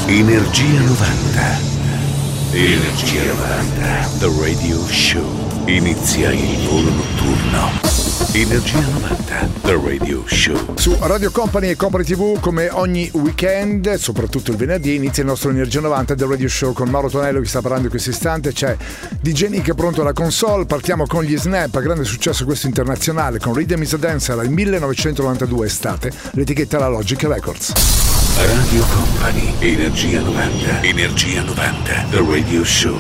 Energia 90. Energia 90. The Radio Show. Inizia il volo notturno. Energia 90, The Radio Show. Su Radio Company e Company TV, come ogni weekend, soprattutto il venerdì, inizia il nostro Energia 90, The Radio Show, con Mauro Tonello che sta parlando in questo istante. C'è DJ Nick pronto alla console. Partiamo con gli Snap, grande successo questo internazionale, con Rhythm is a Dancer, il 1992 estate, l'etichetta La Logic Records. Radio Company, Energia 90, Energia 90, The Radio Show.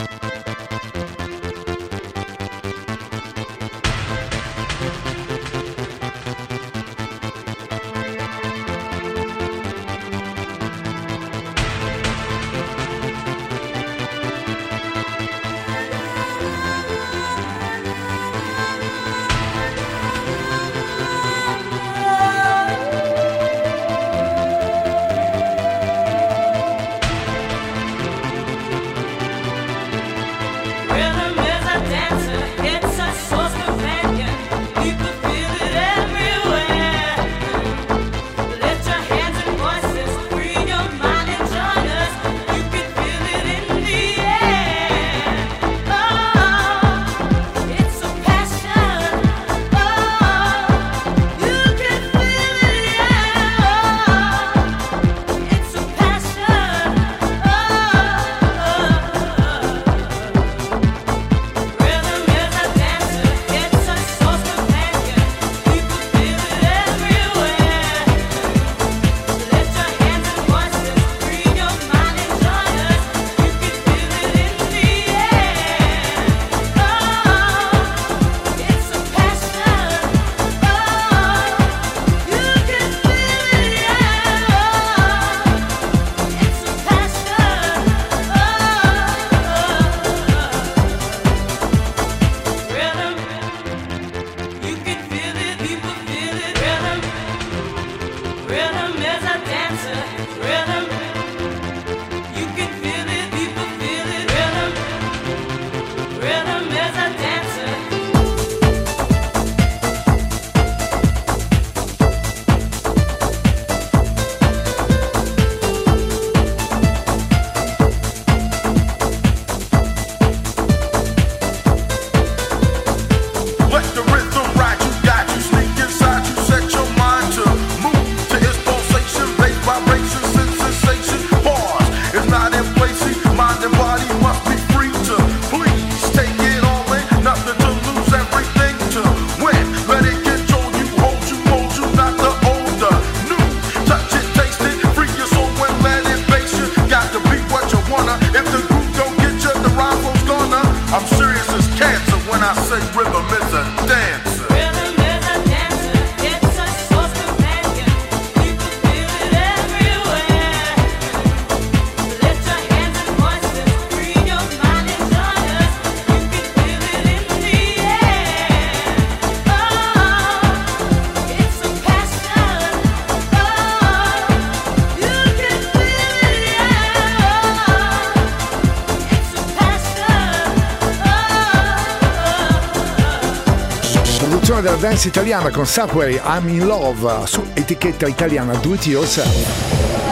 Della dance italiana con Subway, I'm in Love, su etichetta italiana Do It Yourself.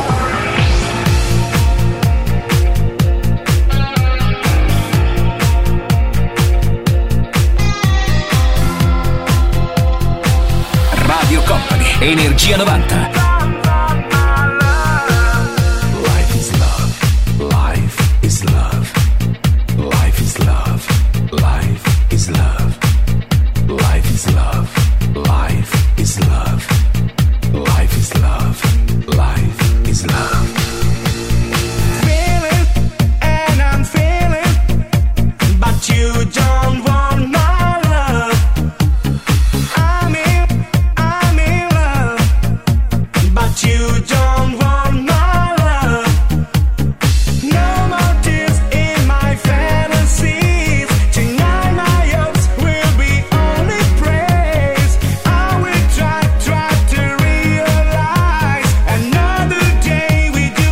Radio Company, Energia 90. We do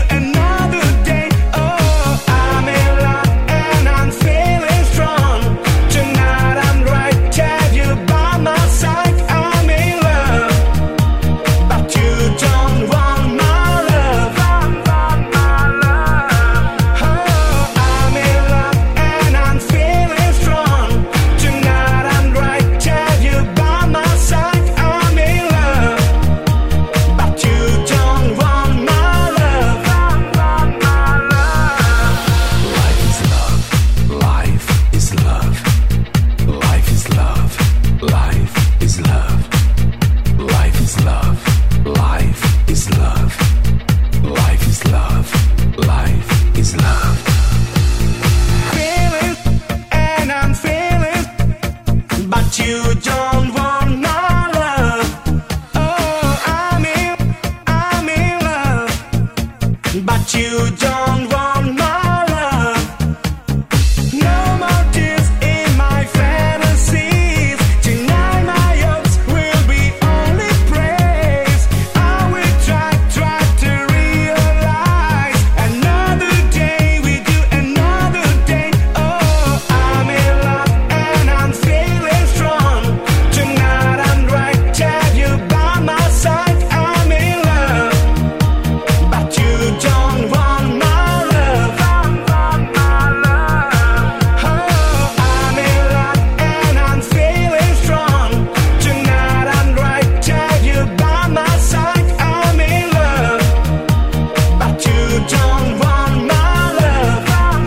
but you don't want my love. No more tears in my fantasies. Tonight my hopes will be only praise. I will try to realize another day with you, another day. Oh, I'm in love and I'm feeling strong. Tonight I'm right, have you by my side. I'm in love, but you don't want my love. Oh, I'm in love and I'm feeling strong. Tonight I'm right, have you by my side. I'm in love, but you don't want my love.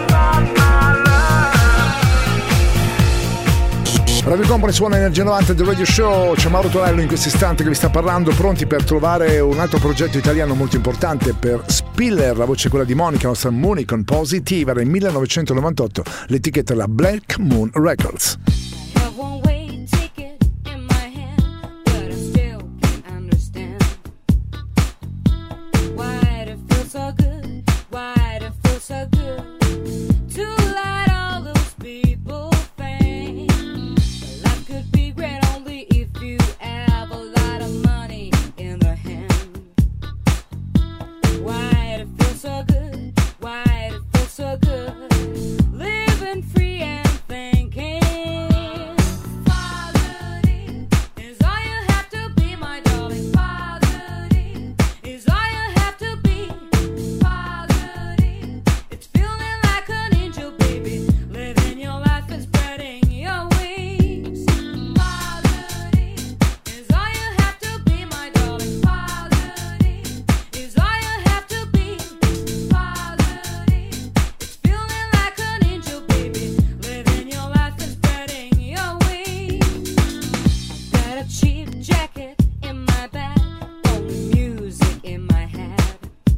Radio Company suona Energia 90 del Radio Show. C'è Mauro Tonello in questo istante che vi sta parlando, pronti per trovare un altro progetto italiano molto importante per Spiller. La voce è quella di Monica, nostra Mooney con Positive. Era nel 1998, l'etichetta è la Black Moon Records. Have one way ticket in my hand, but I still can't understand why it feels so good, why it feels so good to let all those people think life could be great only if you have a lot of money in the hand. Why it feels so good, why it feels so good, living free and thinking. Father is all you have to be, my darling. Father is all you have to be. Father, it's feeling like an angel, baby, living your life and spreading your wings. Father is all you have to be, my darling. Father is all you have to be. Father, it's feeling like an angel, baby, living your life and spreading your wings. Got a cheap jacket in my bag, only music in my head.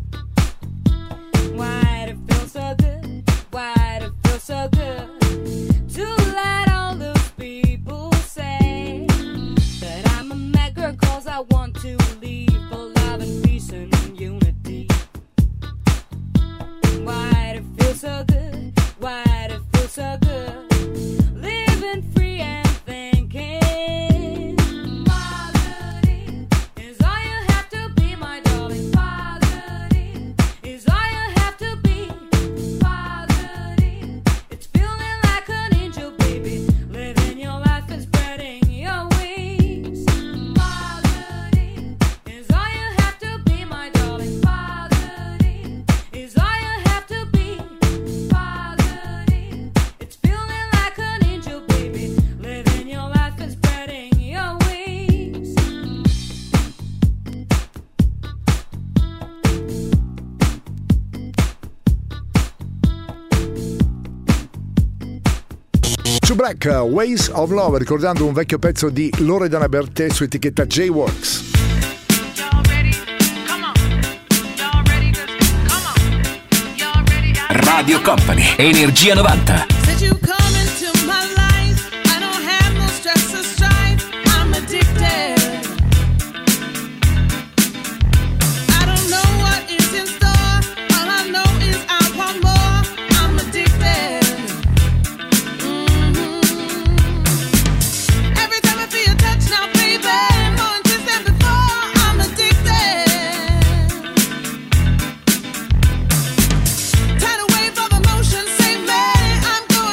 Why'd it feel so good? Why'd it feel so good to let all those people say that I'm a mad girl 'cause I want to leave for love and peace and unity? Why'd it feel so good? Why'd it feel so good? Living free and thinking. Father is all you have to be, my darling. Father is all you have to be. Father, it's feeling like an angel, baby, living your life and spreading your wings. Father is all you have to be, my darling. Father is all you have to be. Father, it's feeling like an angel, baby, living your life and spreading your wings. To Black, Ways of Love, ricordando un vecchio pezzo di Loredana Bertè su etichetta J-Works. Y'all ready? Come on. Y'all ready? Come on. Y'all ready? Radio Company, Energia 90. Said you come into my life. I don't have no stress or strife. I'm addicted. I don't know what is in store. All I know is I want more. I'm addicted. Every time I feel your touch now, baby, more intense than before. I'm addicted. Tidal wave of emotion, save me. I'm going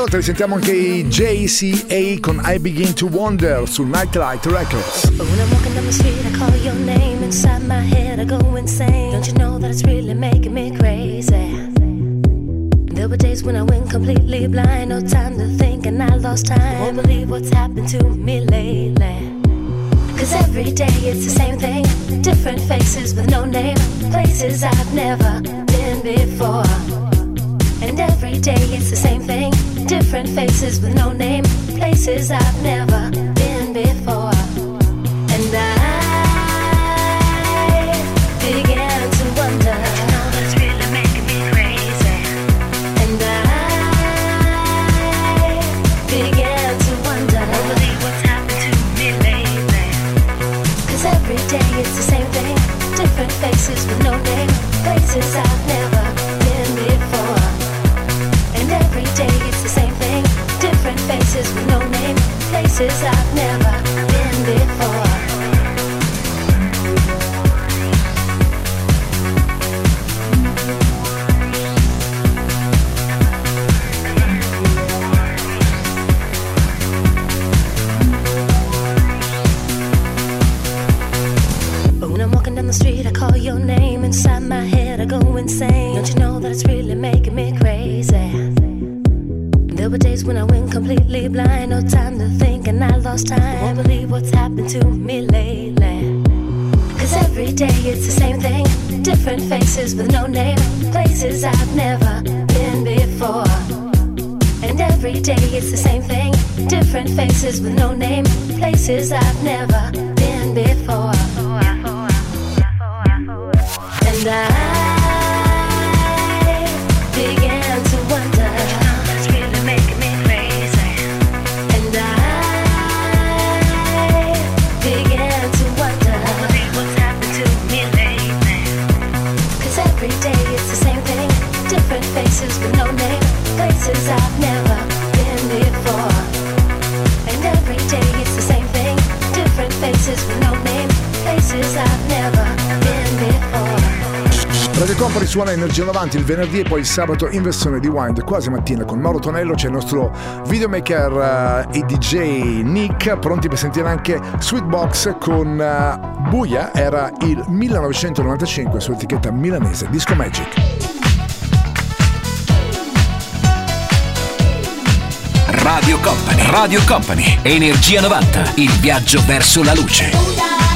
volte risentiamo anche i JCA con I Begin to Wonder su Nightlight Records. But when I'm walking down the street, I call your name. Inside my head, I go insane. Don't you know that it's really making me crazy? There were days when I went completely blind. No time to think and I lost time. Won't believe what's happened to me lately. Cause every day it's the same thing. Different faces with no name. Places I've never been before. And every day it's the same thing. Different faces with no name. Places I've never been before. And I began to wonder, you know that's really making me crazy. And I began to wonder, I don't believe what's happened to me lately. Cause every day it's the same thing. Different faces with no name. Places I've never been before. And every day it's the same thing. Different faces with no name. Places I've never been before. When I'm walking down the street, I call your name. Inside my head, I go insane. Don't you know that it's really making me crazy? There were days when I went completely blind. No time to think and I lost time. Won't believe what's happened to me lately. Cause every day it's the same thing. Different faces with no name. Places I've never been before. And every day it's the same thing. Different faces with no name. Places I've never been before. And I began to wonder, you know that's really making me crazy. And I began to wonder, I don't believe what's happened to me lately. Cause every day it's the same thing. Different faces with no name. Places I've never been before. And every day it's the same thing. Different faces with no name. Places I've never been before. Radio Company suona Energia 90 il venerdì e poi il sabato in versione rewind quasi mattina con Mauro Tonello. C'è il nostro videomaker e DJ Nick pronti per sentire anche Sweetbox con Buia. Era il 1995 sull'etichetta milanese Disco Magic. Radio Company, Energia 90, il viaggio verso la luce.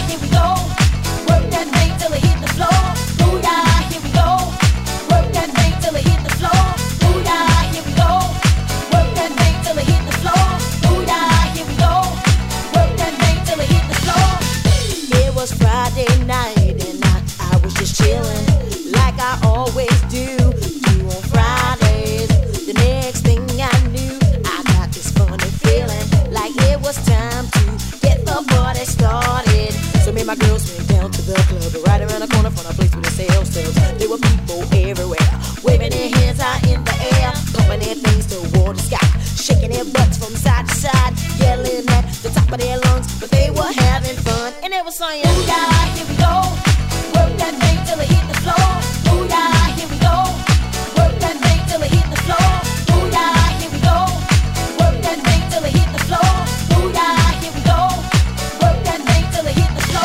My girls went down to the club, right around the corner from a place where they sell stuff. There were people everywhere, waving their hands high in the air, pumping their things toward the sky, shaking their butts from side to side, yelling at the top of their lungs, but they were having fun, and they were saying, ooh, yeah, here we go, work that thing till it hit the floor, ooh, yeah, here we go, work that thing till it hit the floor, ooh, yeah, here we go, work that thing till it hit the floor, ooh, yeah, here we go, work that thing till it hit the floor.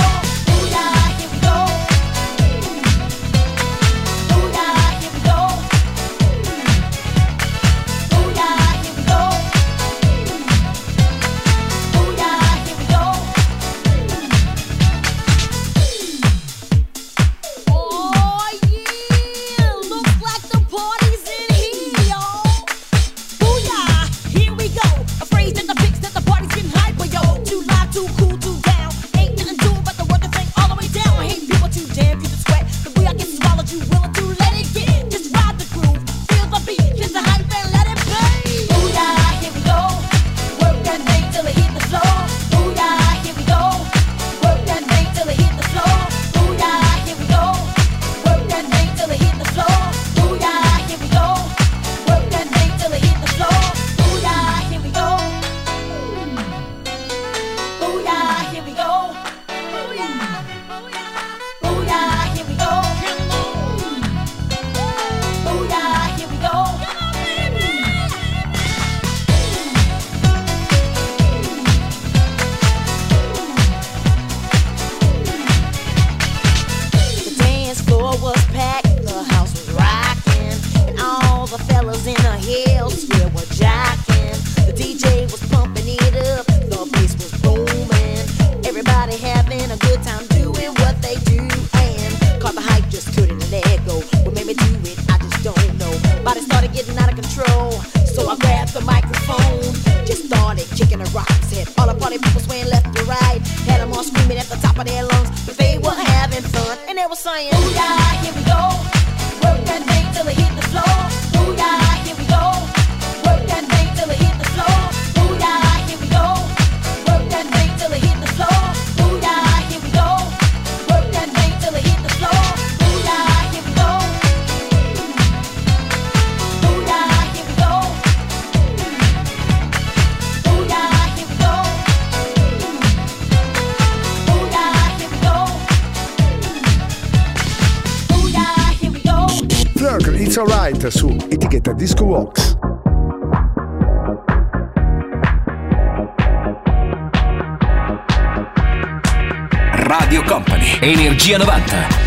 people swaying left to right. Had them all screaming at the top of their lungs, but they were having fun. And they were saying, ooh yeah, here we go. Work that thing till it hit the floor. Ooh yeah, here we go. Work that thing till it hit the floor. Ooh yeah, here we go. Work that thing till it hit the floor. Ooh yeah, here we go. Work that thing till it hit the floor. Ooh yeah, here we go. Ooh yeah, here we go. Ooh yeah, here we go. Ooh yeah, here we go. Ooh yeah, here we go. Flirk, It's Alright su etichetta Disco Walks. Radio Company, Energia 90.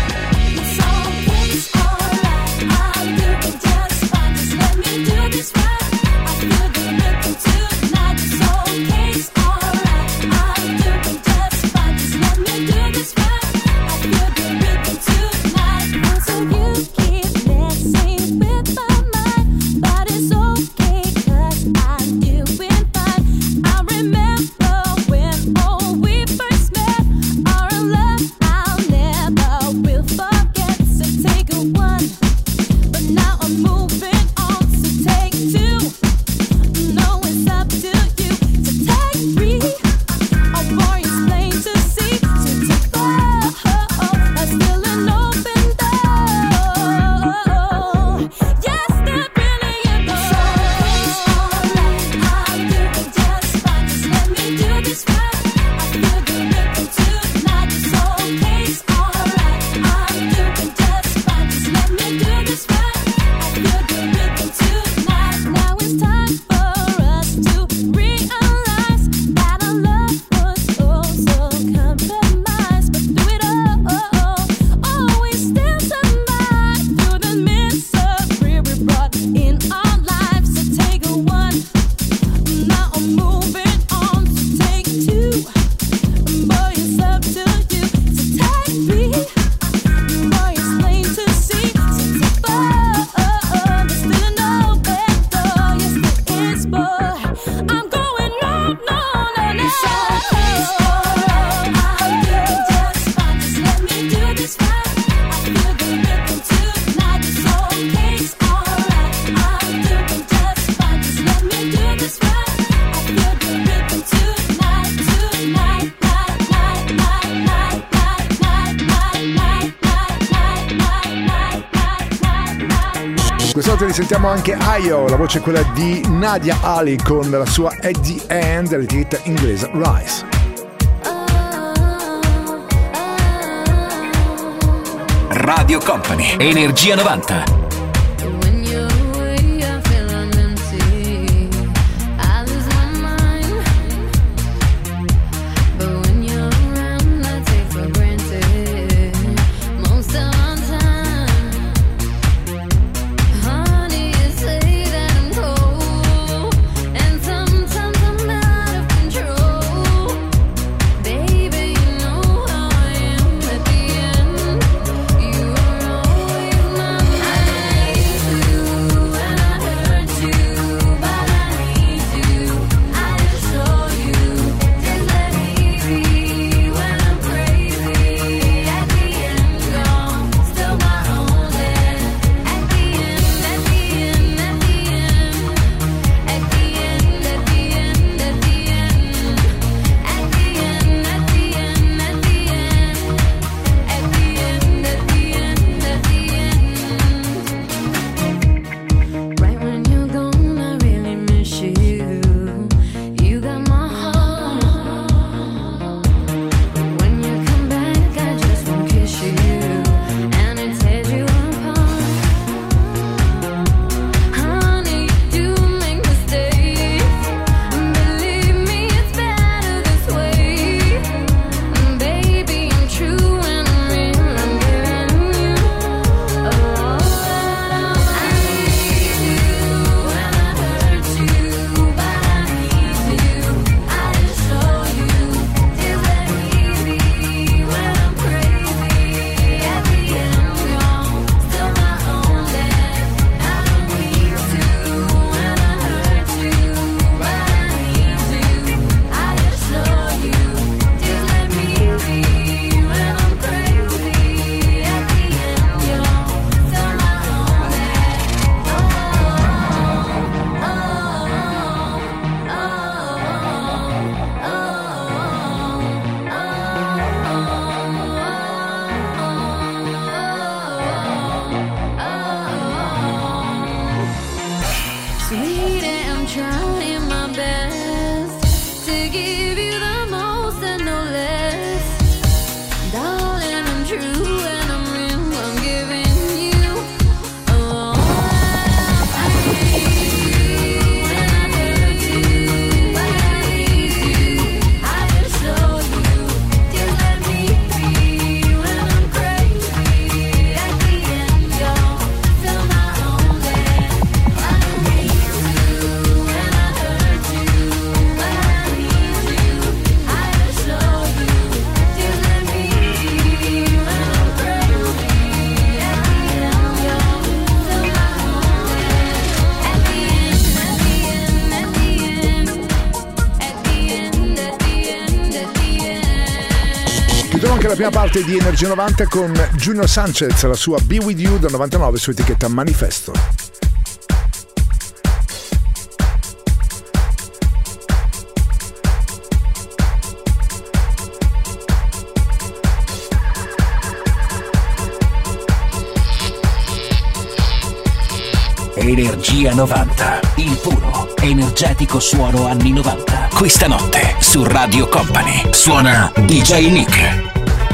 Quest'oggi risentiamo anche Ayo, la voce è quella di Nadia Ali con la sua At The End dell'etichetta inglese Rise. Radio Company, Energia 90. I Salutiamo anche la prima parte di Energia 90 con Junior Sanchez, la sua Be With You del 99 su etichetta Manifesto. Energia 90, il puro, energetico suono anni 90. Questa notte su Radio Company suona DJ Nick.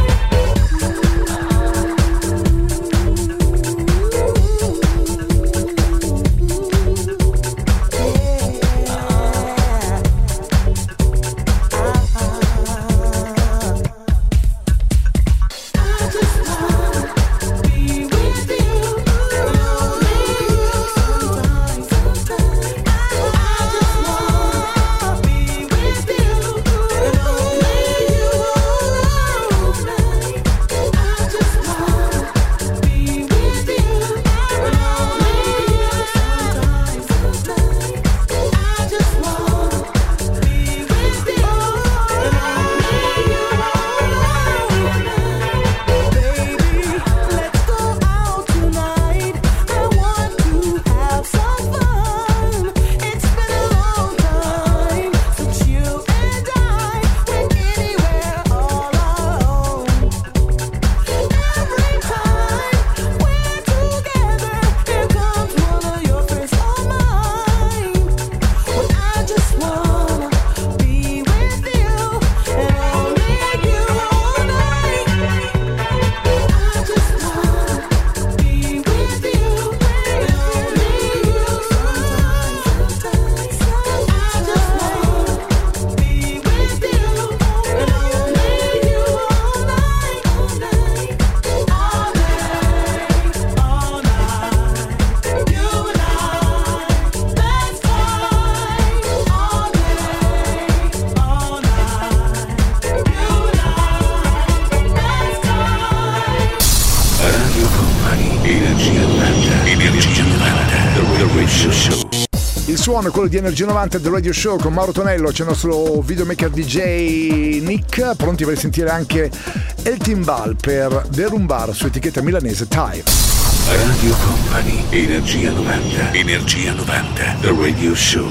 Il suono è quello di Energia 90 del Radio Show con Mauro Tonello, c'è il nostro videomaker DJ Nick, pronti per sentire anche El Timbal per Derumbar su etichetta milanese Time. Radio Company, Energia 90, Energia 90, The Radio Show.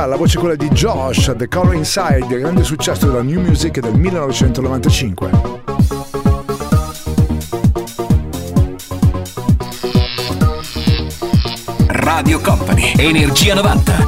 originale, la voce è quella di Josh, The Color Inside, grande successo della New Music del 1995. Radio Company, Energia 90.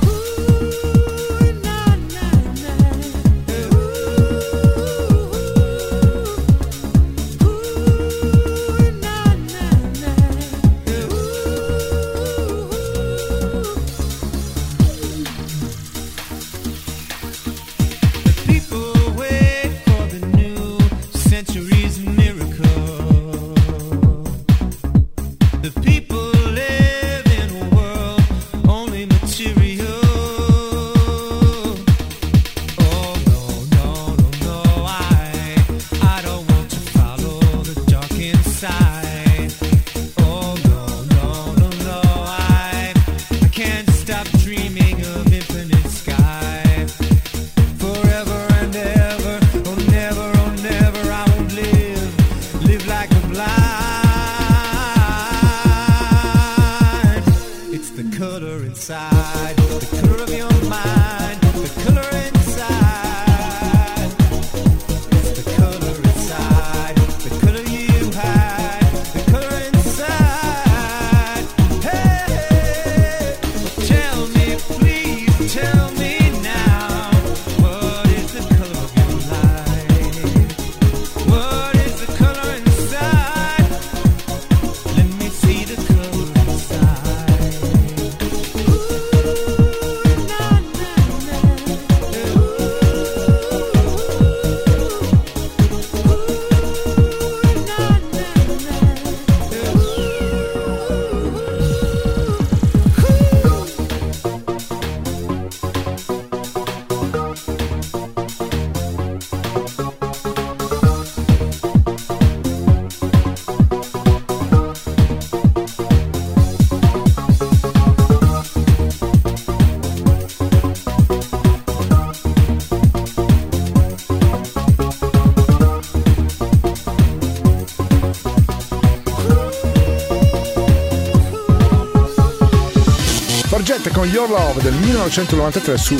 Con Your Love del 1993 su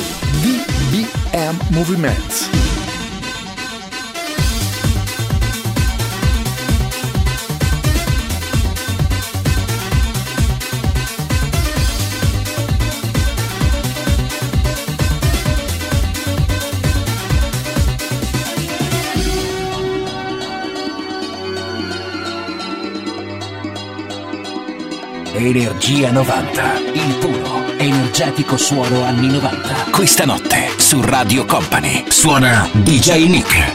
DBM Movements. Energia 90, il puro, energetico suono anni 90. Questa notte su Radio Company suona DJ Nick.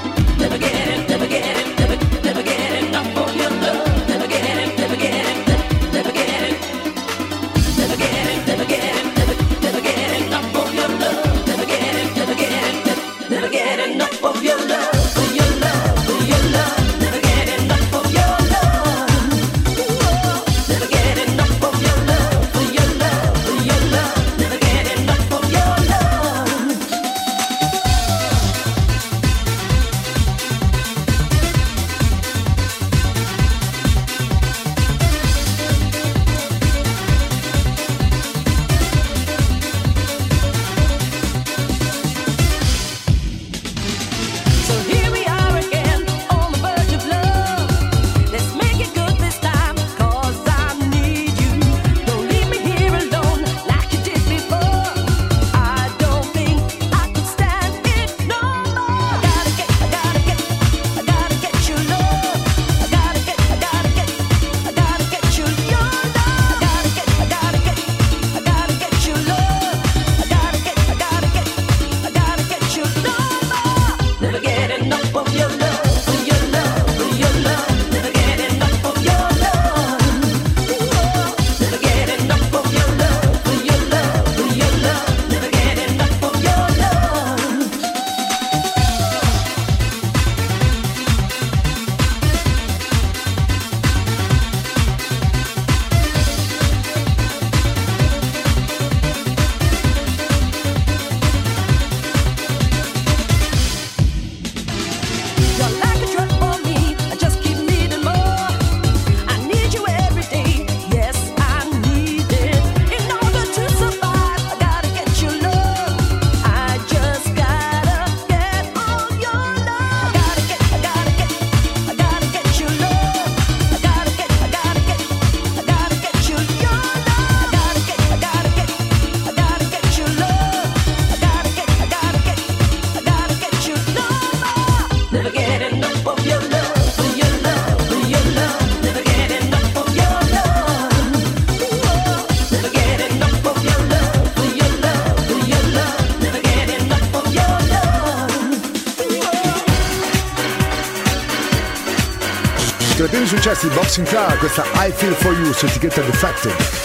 tra i primi successi di Bob Sinclair, questa I Feel For You su etichetta Defected.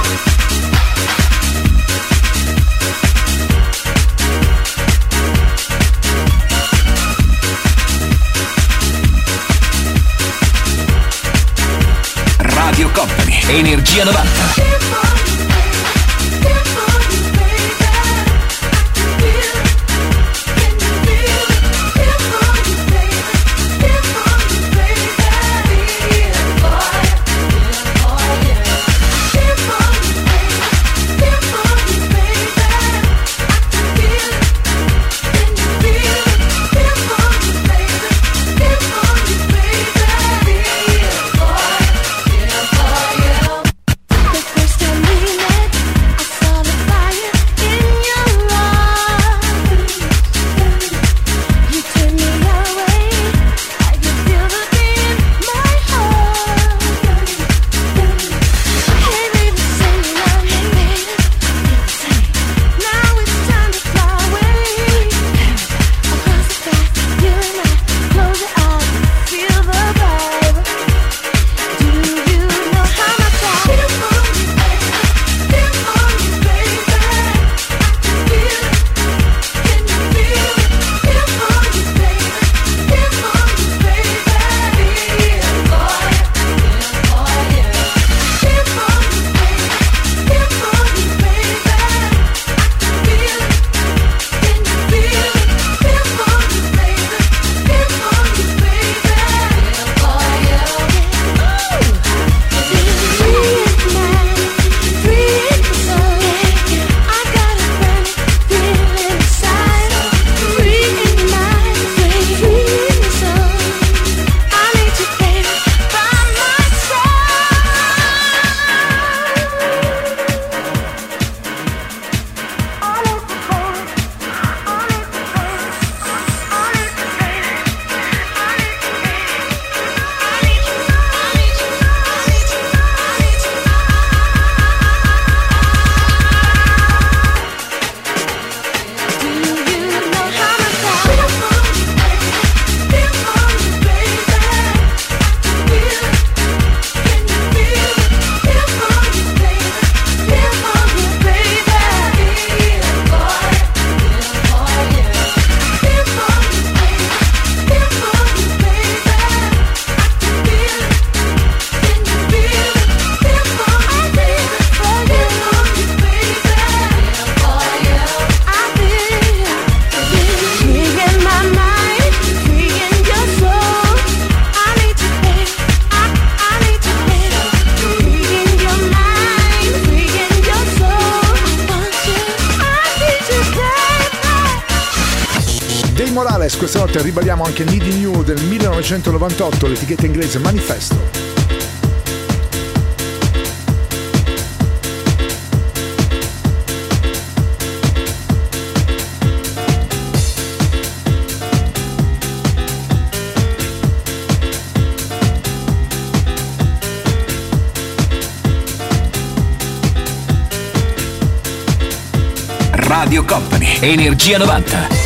Radio Company, Energia 90. Questa notte ribadiamo anche Needing You del 1998, l'etichetta inglese Manifesto. Radio Company, Energia 90.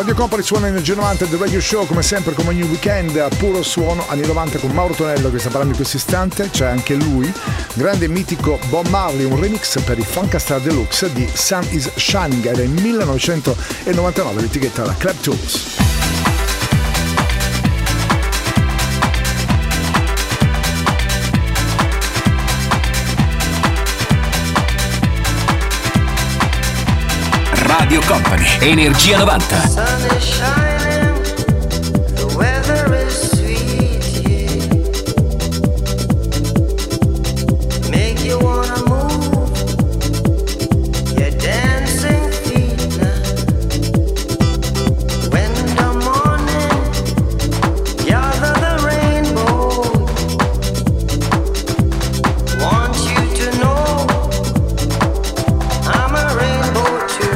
Radio Company suona Energia 90 del Radio Show, come sempre, come ogni weekend, a puro suono anni 90 con Mauro Tonello che sta parlando in questo istante. C'è anche lui, grande mitico Bob Marley, un remix per i Funkastar Deluxe di Sun is Shining, era in 1999, l'etichetta la Club Tools. Radio Company, Energia 90. Sun is shining, the weather is sweet, yeah. Make you wanna move your dancing feet now. When the morning gather the rainbow, want you to know I'm a rainbow too.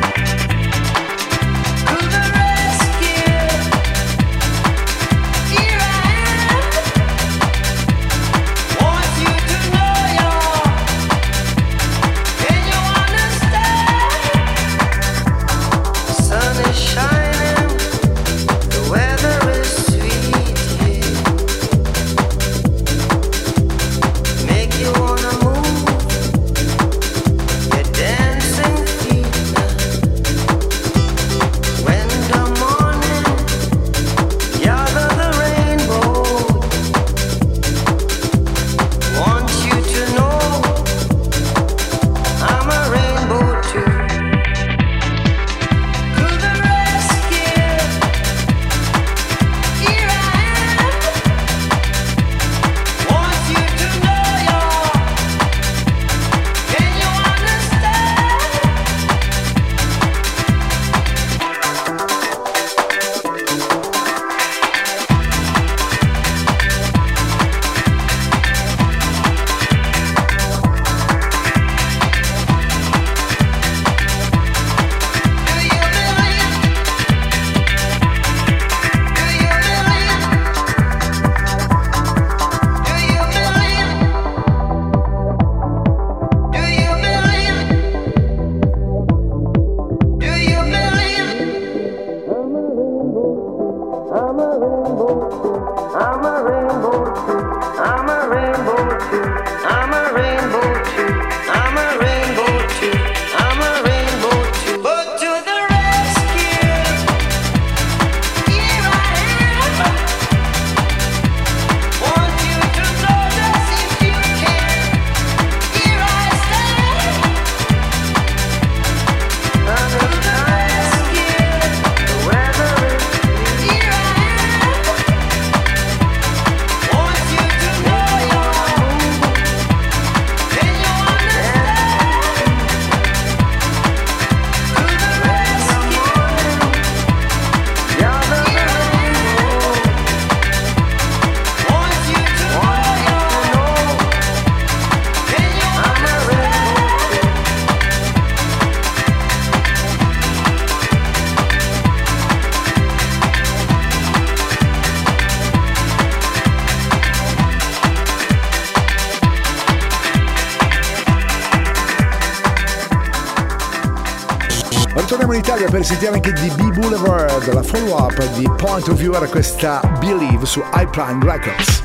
Torniamo in Italia per sentire anche di B-Boulevard, la follow-up di Point of View era questa Believe su Highline Records.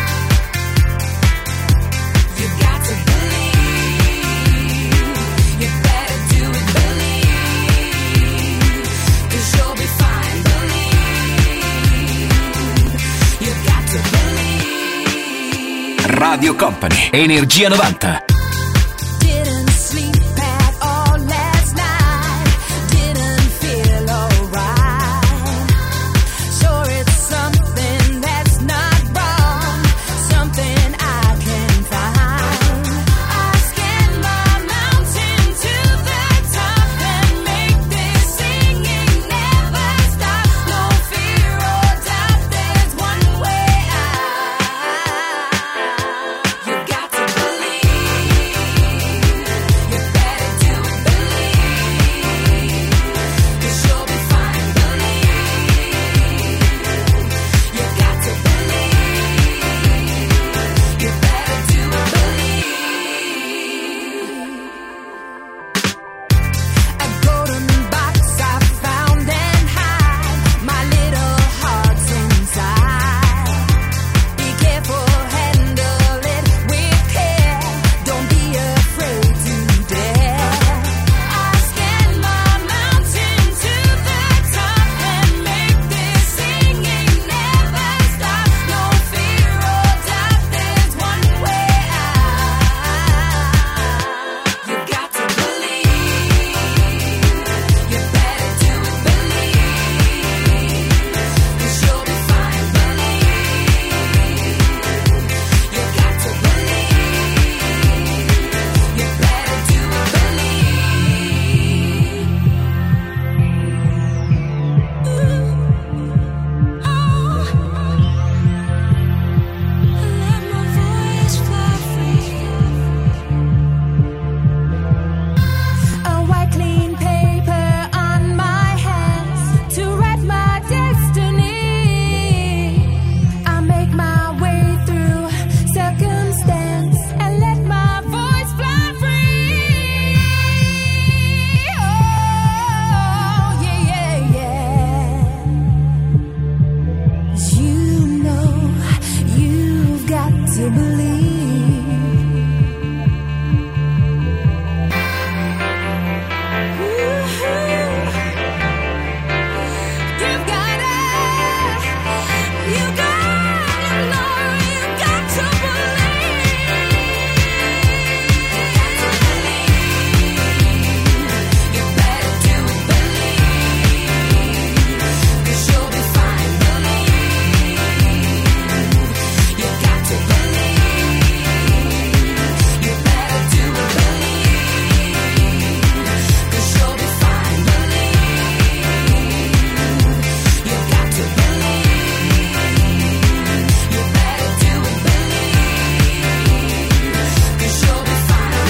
Radio Company, Energia 90. You got to believe. to believe. You've got it. You got to believe. You better do it, believe. 'Cause you'll be fine, believe. You got to believe. You better do it, believe. 'Cause you'll be fine, believe. You got to believe. You better do it, believe. 'Cause you'll be fine,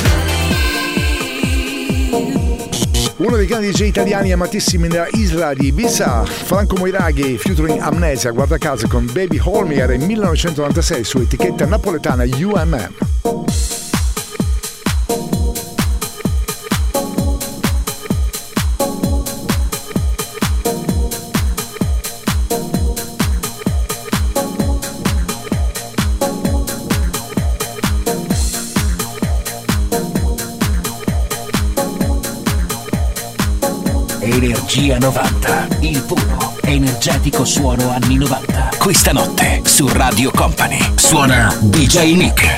believe. Uno dei grandi DJ italiani amatissimi nella isla di Ibiza, Franco Moiraghi, featuring Amnesia, guarda caso con Baby Hold Me, era in 1996 su etichetta napoletana UMM. Energia 90, il puro, energetico suono anni 90. Questa notte su Radio Company suona DJ Nick.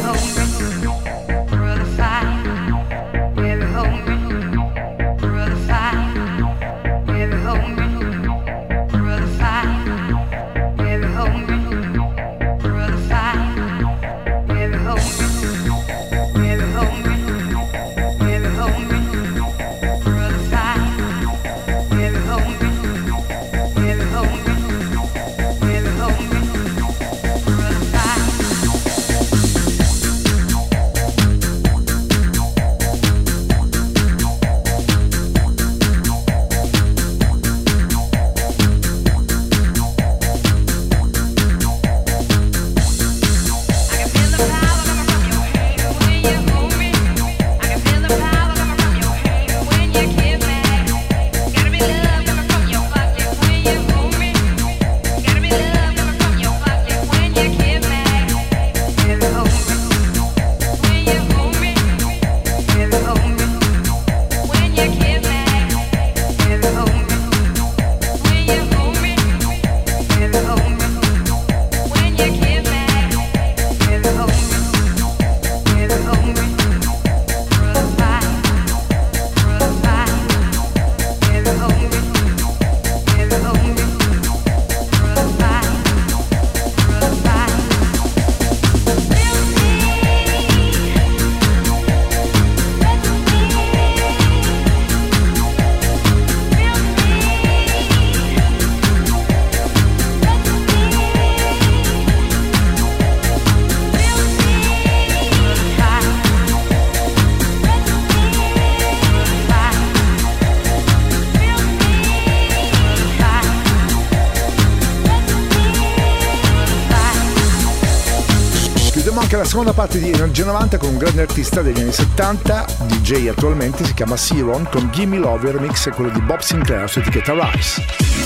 La seconda parte di Energia 90 con un grande artista degli anni 70, DJ attualmente, si chiama Siron con Gimme Love, il remix è quello di Bob Sinclair su etichetta Rise.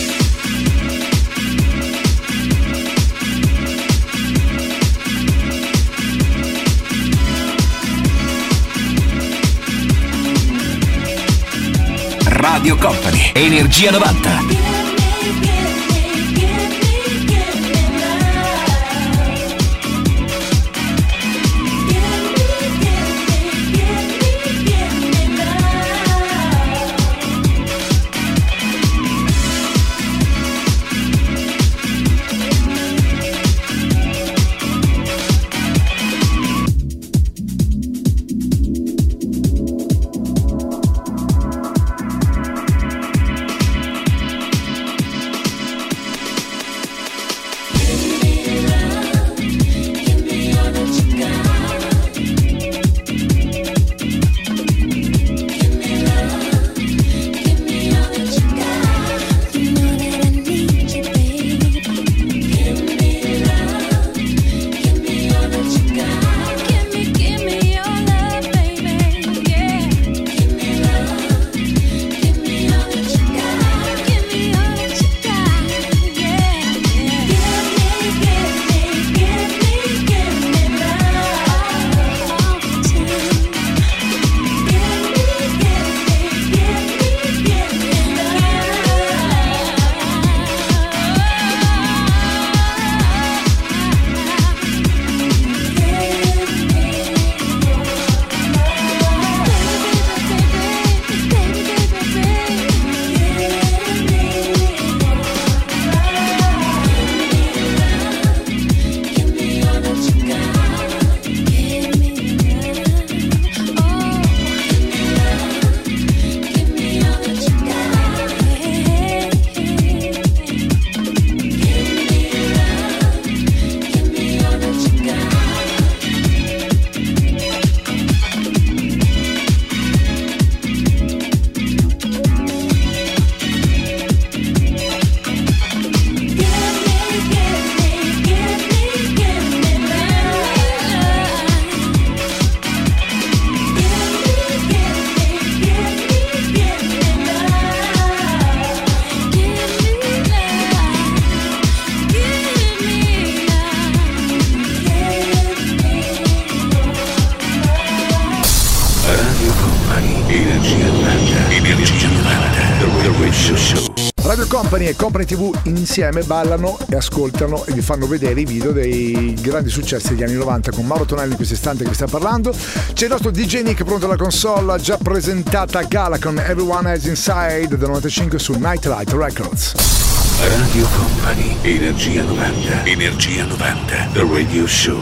Radio Company, Energia 90. Company e Company TV insieme ballano e ascoltano e vi fanno vedere i video dei grandi successi degli anni 90 con Mauro Tonello in questo istante che vi sta parlando. C'è il nostro DJ Nick pronto alla console, ha già presentata Gala con Everyone Has Inside del 95 su Nightlight Records. Radio Company, Energia 90, Energia 90, The Radio Show.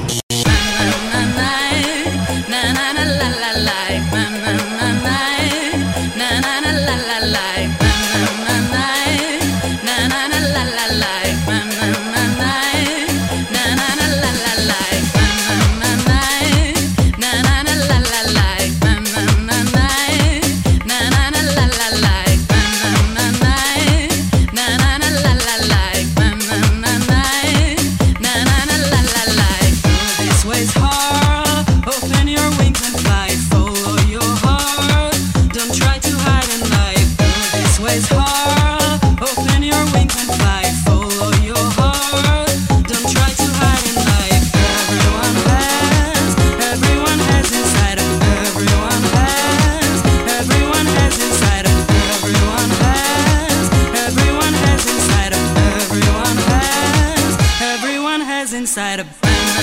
Inside a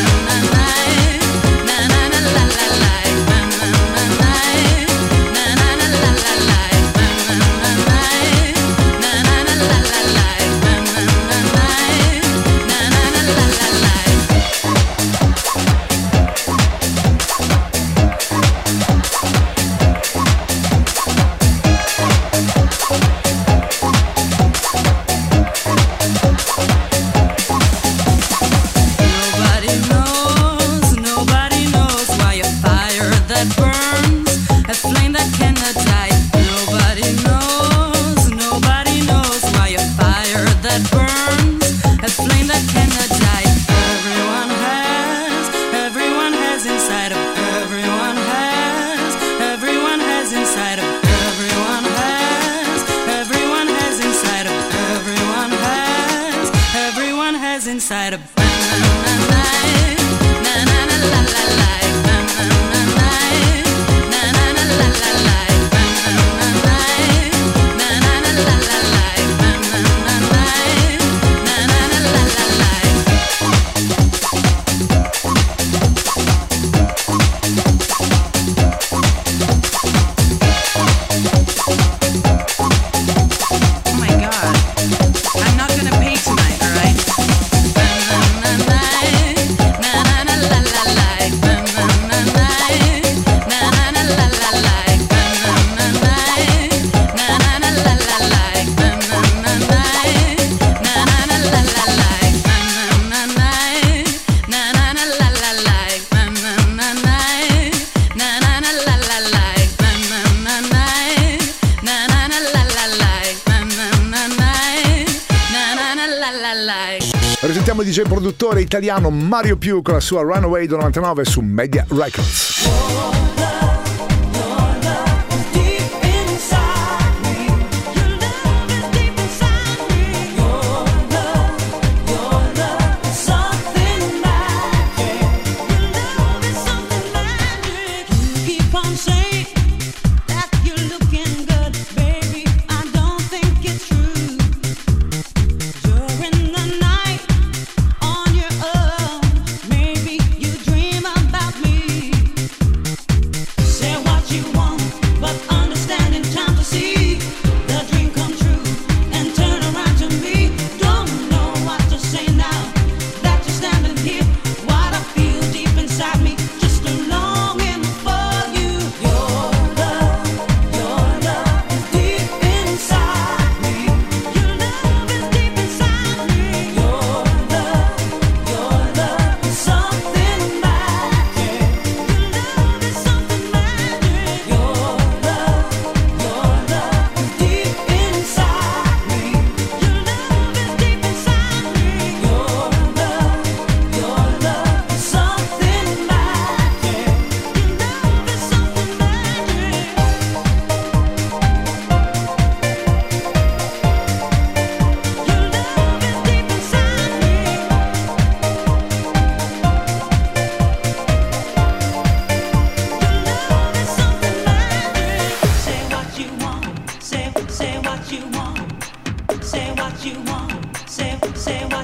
inside a Risentiamo il DJ produttore italiano Mario Più con la sua Runaway del 99 su Media Records.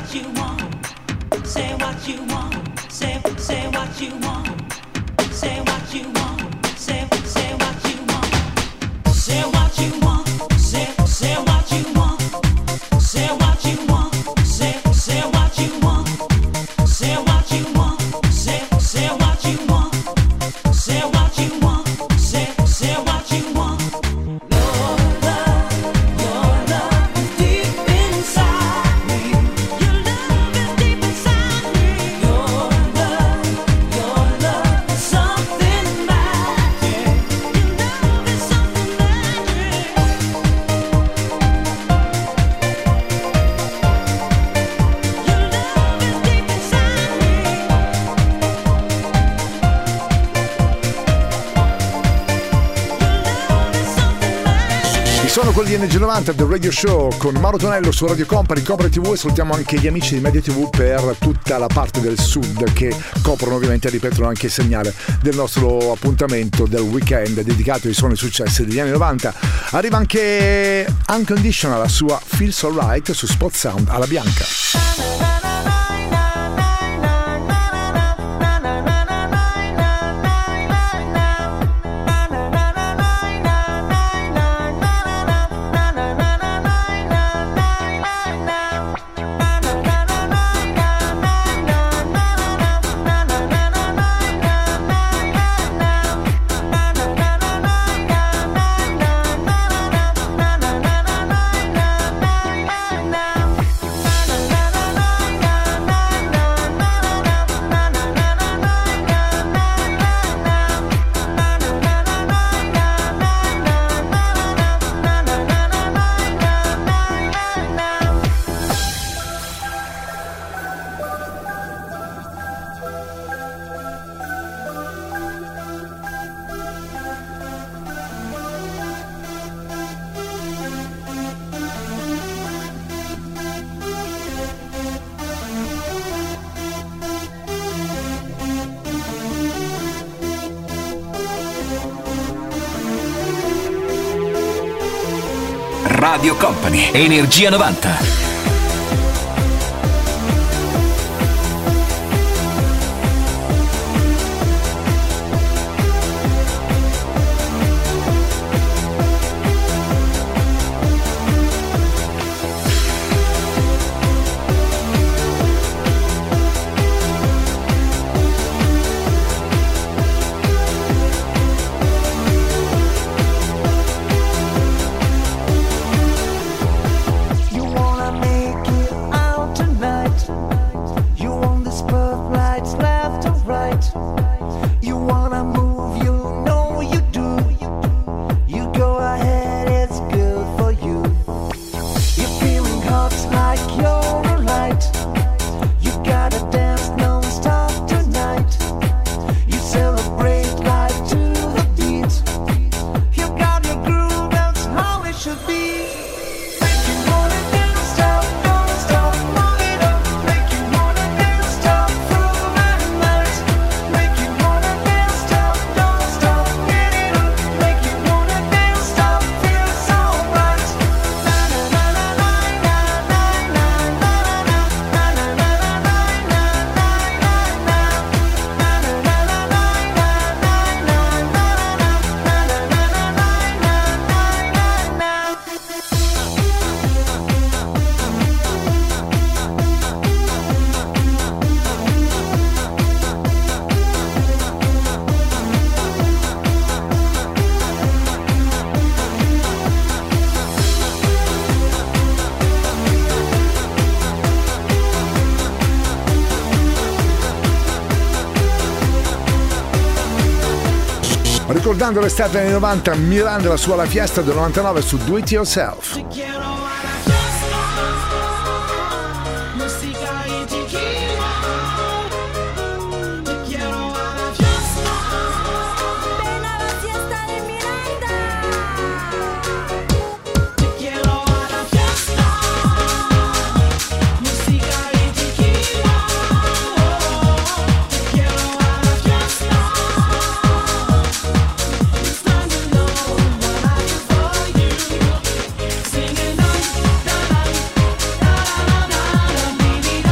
what you want. Say what you want. Say what you want. Say what you want. Say what you want. Say what you want. Say what you want. Say what you want. Say what you want. Say what you want. Say what you want. Say what you want. Say what you want. Your love is deep inside me. Your love is deep inside me. Your love is something magic. Your love is something magic. Your love is deep inside me. Sono quelli di Energia 90 del Radio Show con Mauro Tonello su Radio Company, Copre TV, e salutiamo anche gli amici di Media TV per tutta la parte del sud che coprono, ovviamente ripetono anche il segnale del nostro appuntamento del weekend dedicato ai suoni successi degli anni 90. Arriva anche Unconditional, la sua Feels Alright su Spot Sound alla bianca. Radio Company, Energia 90. Ricordando l'estate degli anni 90, Miranda la sua La Fiesta del 99 su Do It Yourself. Singing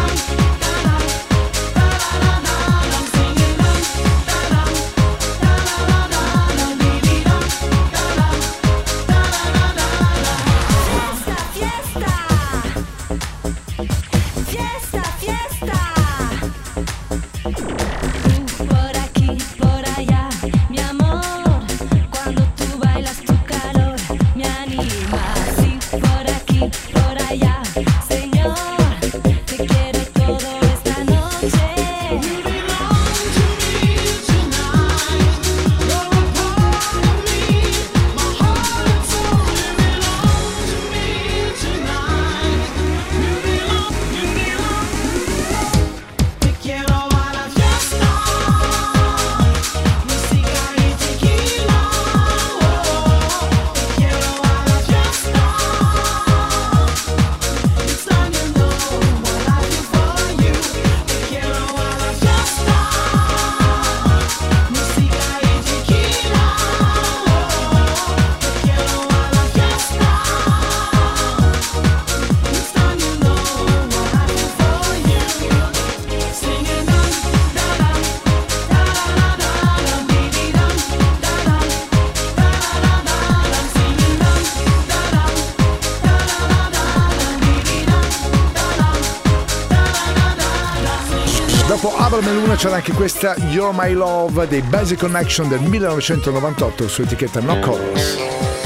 Dopo Abraham e Luna c'era anche questa You're My Love dei Basic Connection del 1998 su etichetta No Colors.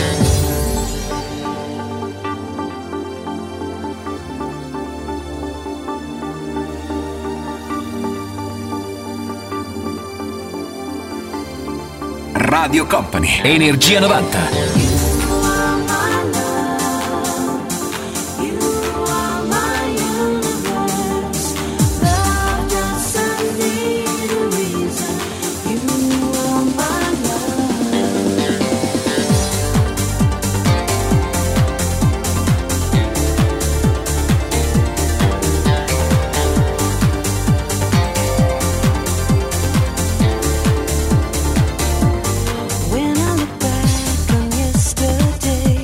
Radio Company, Energia 90. When I look back on yesterday,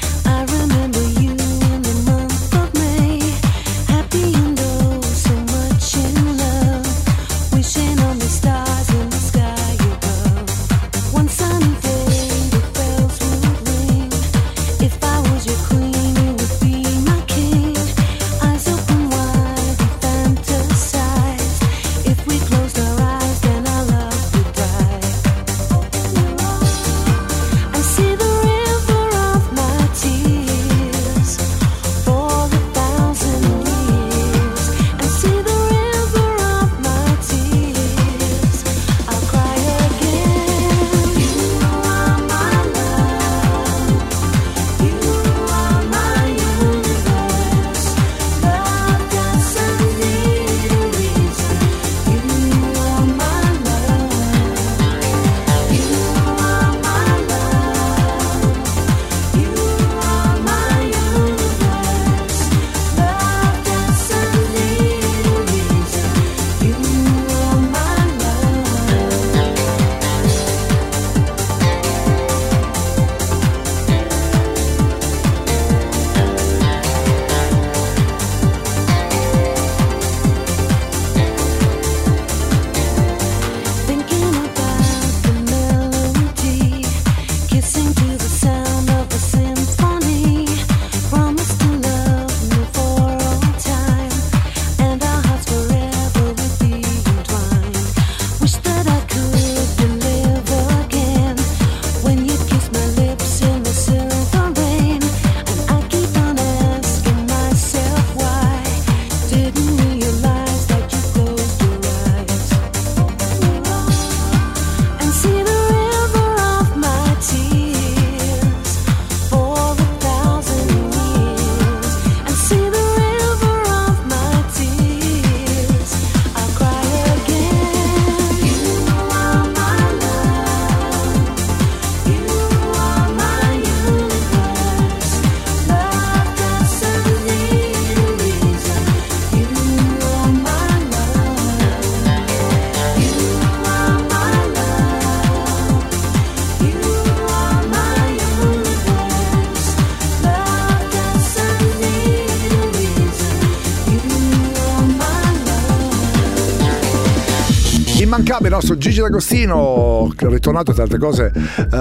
Immancabile il nostro Gigi D'Agostino, che è ritornato tra altre cose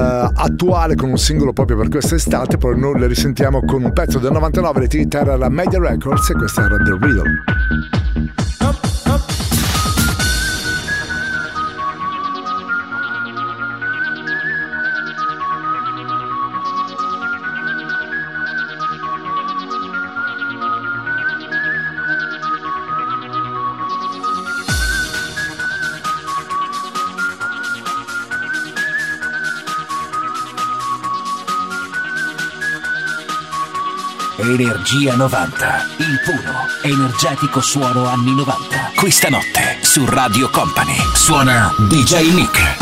attuale con un singolo proprio per quest'estate. Poi noi le risentiamo con un pezzo del 99 di Terra alla Media Records, e questa era The Riddle. Energia 90, il puro, energetico suono anni 90. Questa notte su Radio Company suona DJ Nick.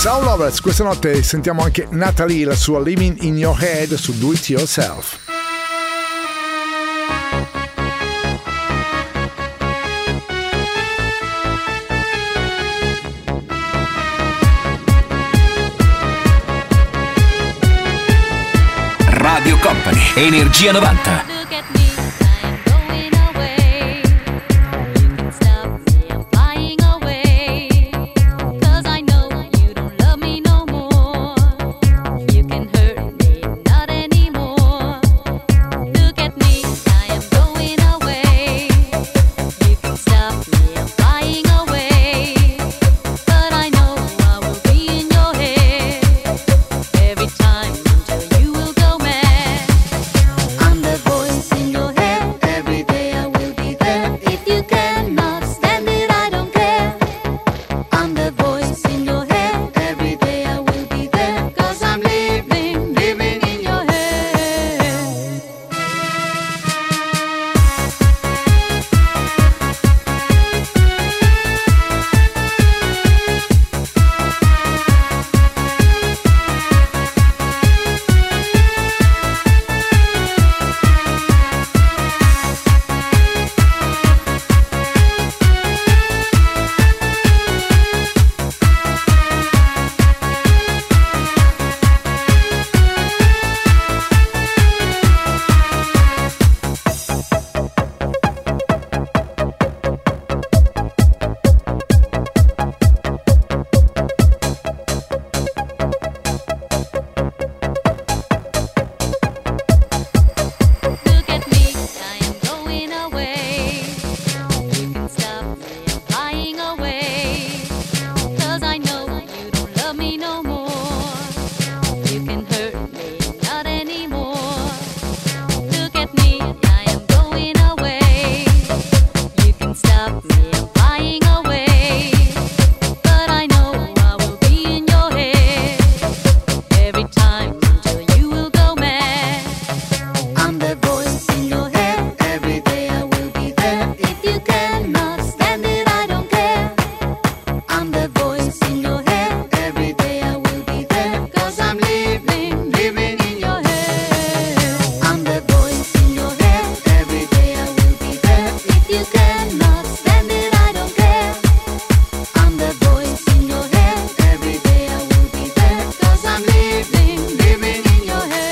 Sound Lovers, questa notte sentiamo anche Natalie, la sua Living in Your Head su Do It Yourself. Radio Company, Energia 90. Look at me, I am going away. You can stop me, I'm flying away. 'Cause I know you don't love me no more. You can hurt me, not anymore. Look at me, I am going away. You can stop me, I'm flying away. But I know I will be in your head every time until you will go mad. I'm the voice in your head. Every day I will be there. If you cannot stand it, I don't care. I'm the voice in your head. Every day I will be there. 'Cause I'm living in your head. Look at me, I am going away. You can stop me, I'm flying away. 'Cause I know you don't love me no more. You can hurt me, not anymore. Look at me, I am going away. You can stop me, I'm flying away. But I know I will be in your head every time until you will go mad. I'm the voice in your head. Every day I will be there. If you cannot stand it, I don't care. I'm the voice in your head. Every day I will be there. 'Cause I'm living in your head. I'm the voice in your head. Every day I will be there. If you cannot stand it, I don't care. I'm the voice in your head. Every day I will be there. 'Cause I'm living in your head.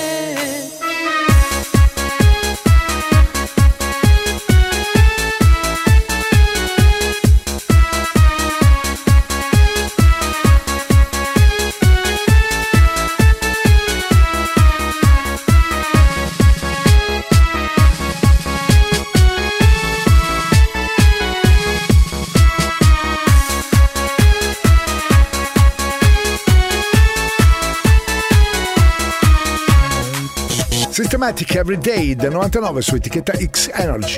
Systematic Everyday del 99 su etichetta X Energy.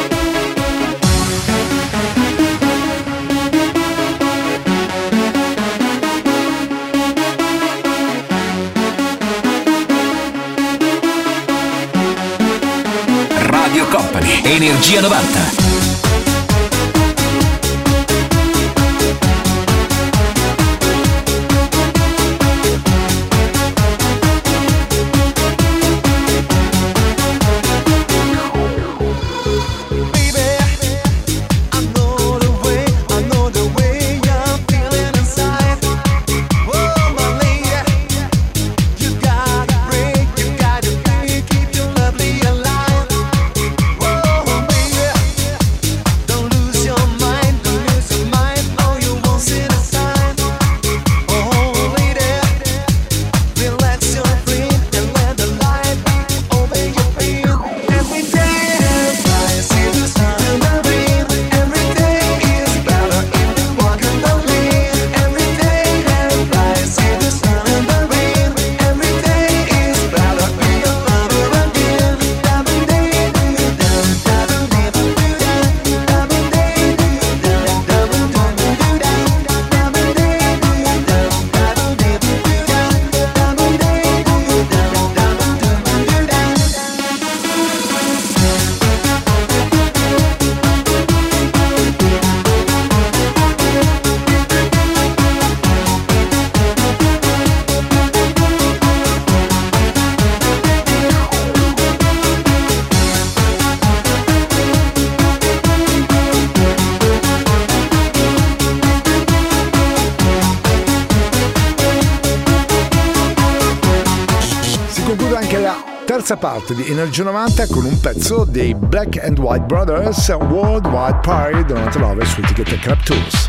Radio Company, Energia 90. Keep your lovely alive. Whoa, baby. terza parte di Energia 90 con un pezzo dei Black and White Brothers, Worldwide Party del 99 su etichetta Club Tours.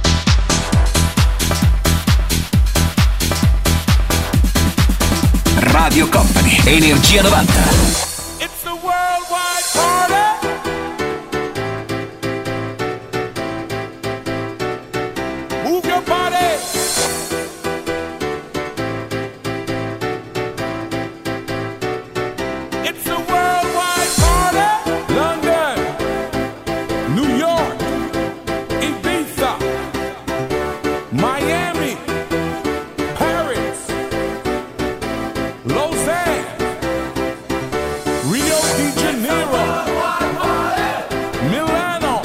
Radio Company, Energia 90. It's the worldwide party. Move your body. It's the worldwide party. London, New York, Ibiza, Miami, Paris, Lausanne, Rio de Janeiro, Milano,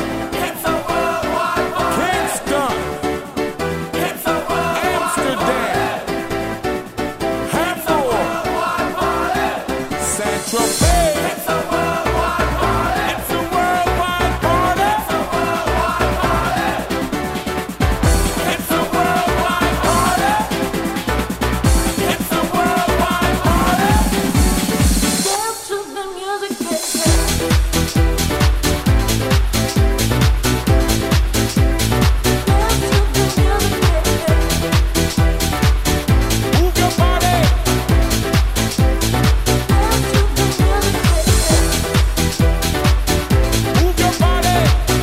Kingston, Amsterdam, Hamburg, Saint-Tropez. It's a worldwide party. It's a worldwide party. It's a worldwide party. Dance to the music, baby. Move your body. Move your body.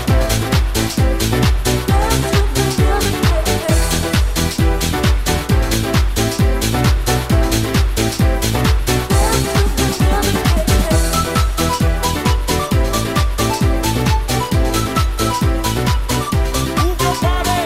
Move your body.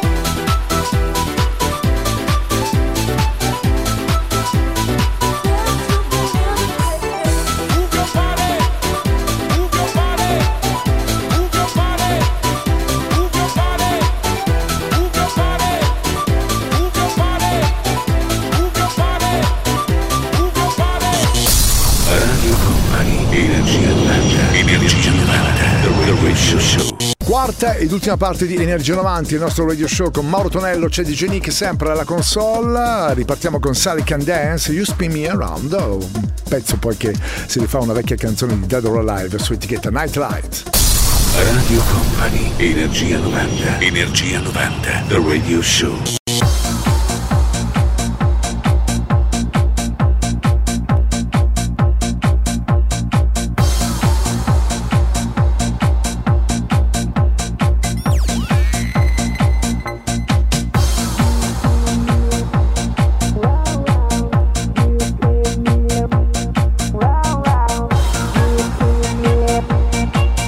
Move your body. Move your body. Move your body. Move your body. Move your body. Move your body. Move your body. Move your body. Radio Company, Energia 90. Energia 90, The Radio Show. Quarta ed ultima parte di Energia 90, il nostro radio show con Mauro Tonello, c'è DJ Nick sempre alla console. Ripartiamo con Sally Can Dance, You Spin Me Around, un pezzo poi che si rifà a una vecchia canzone di Dead or Alive su etichetta Nightlight. Radio Company, Energia 90. Energia 90, The Radio Show.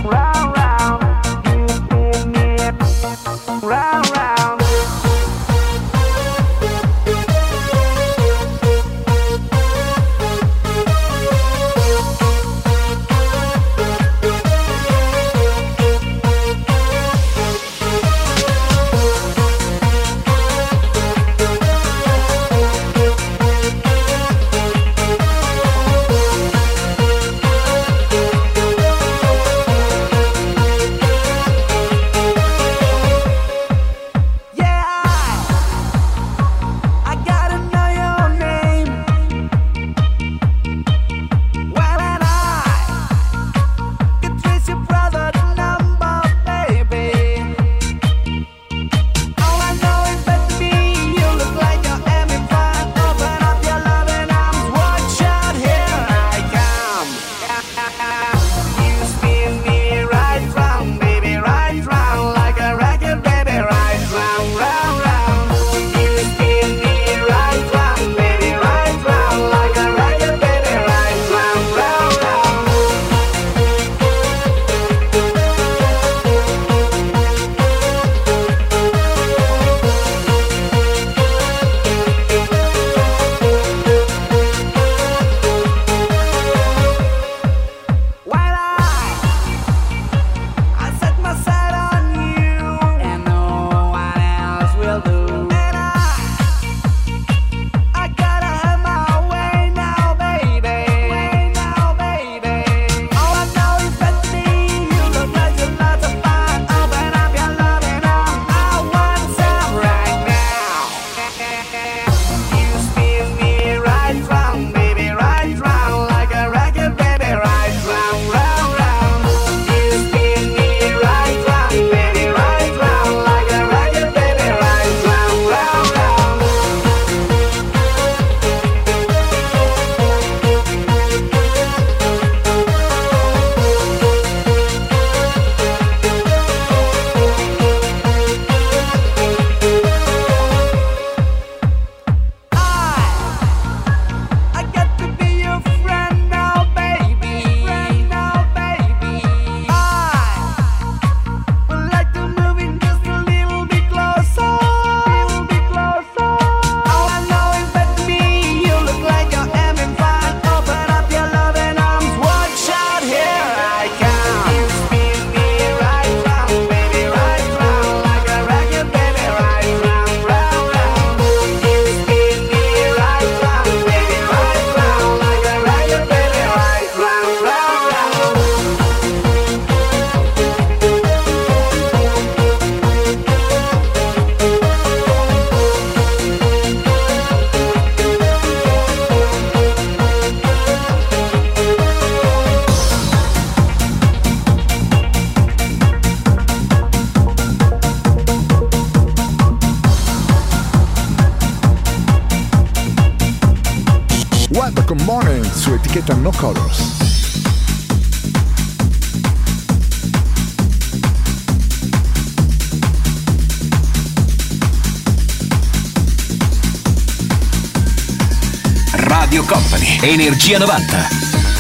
Round, round, Morning su etichetta No Colors. Radio Company, Energia 90.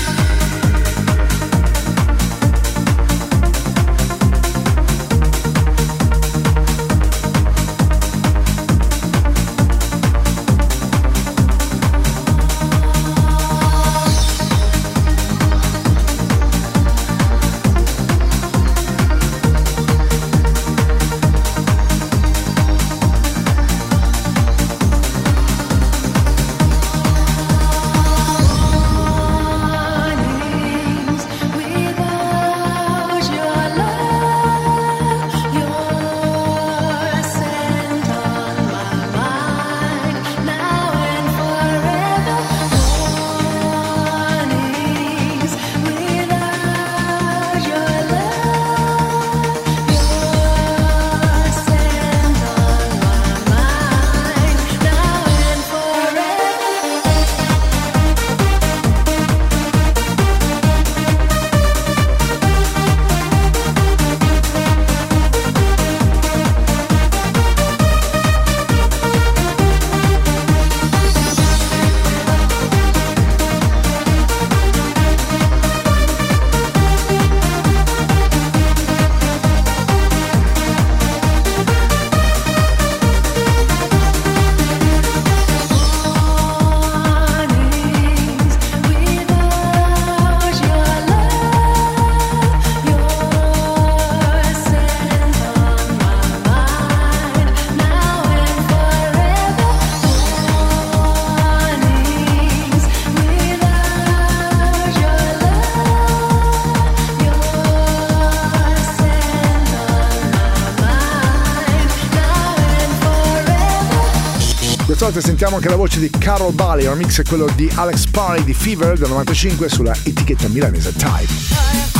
Sentiamo anche la voce di Carol Bali, il remix è quello di Alex Parry di Fever del 95 sulla etichetta milanese Type.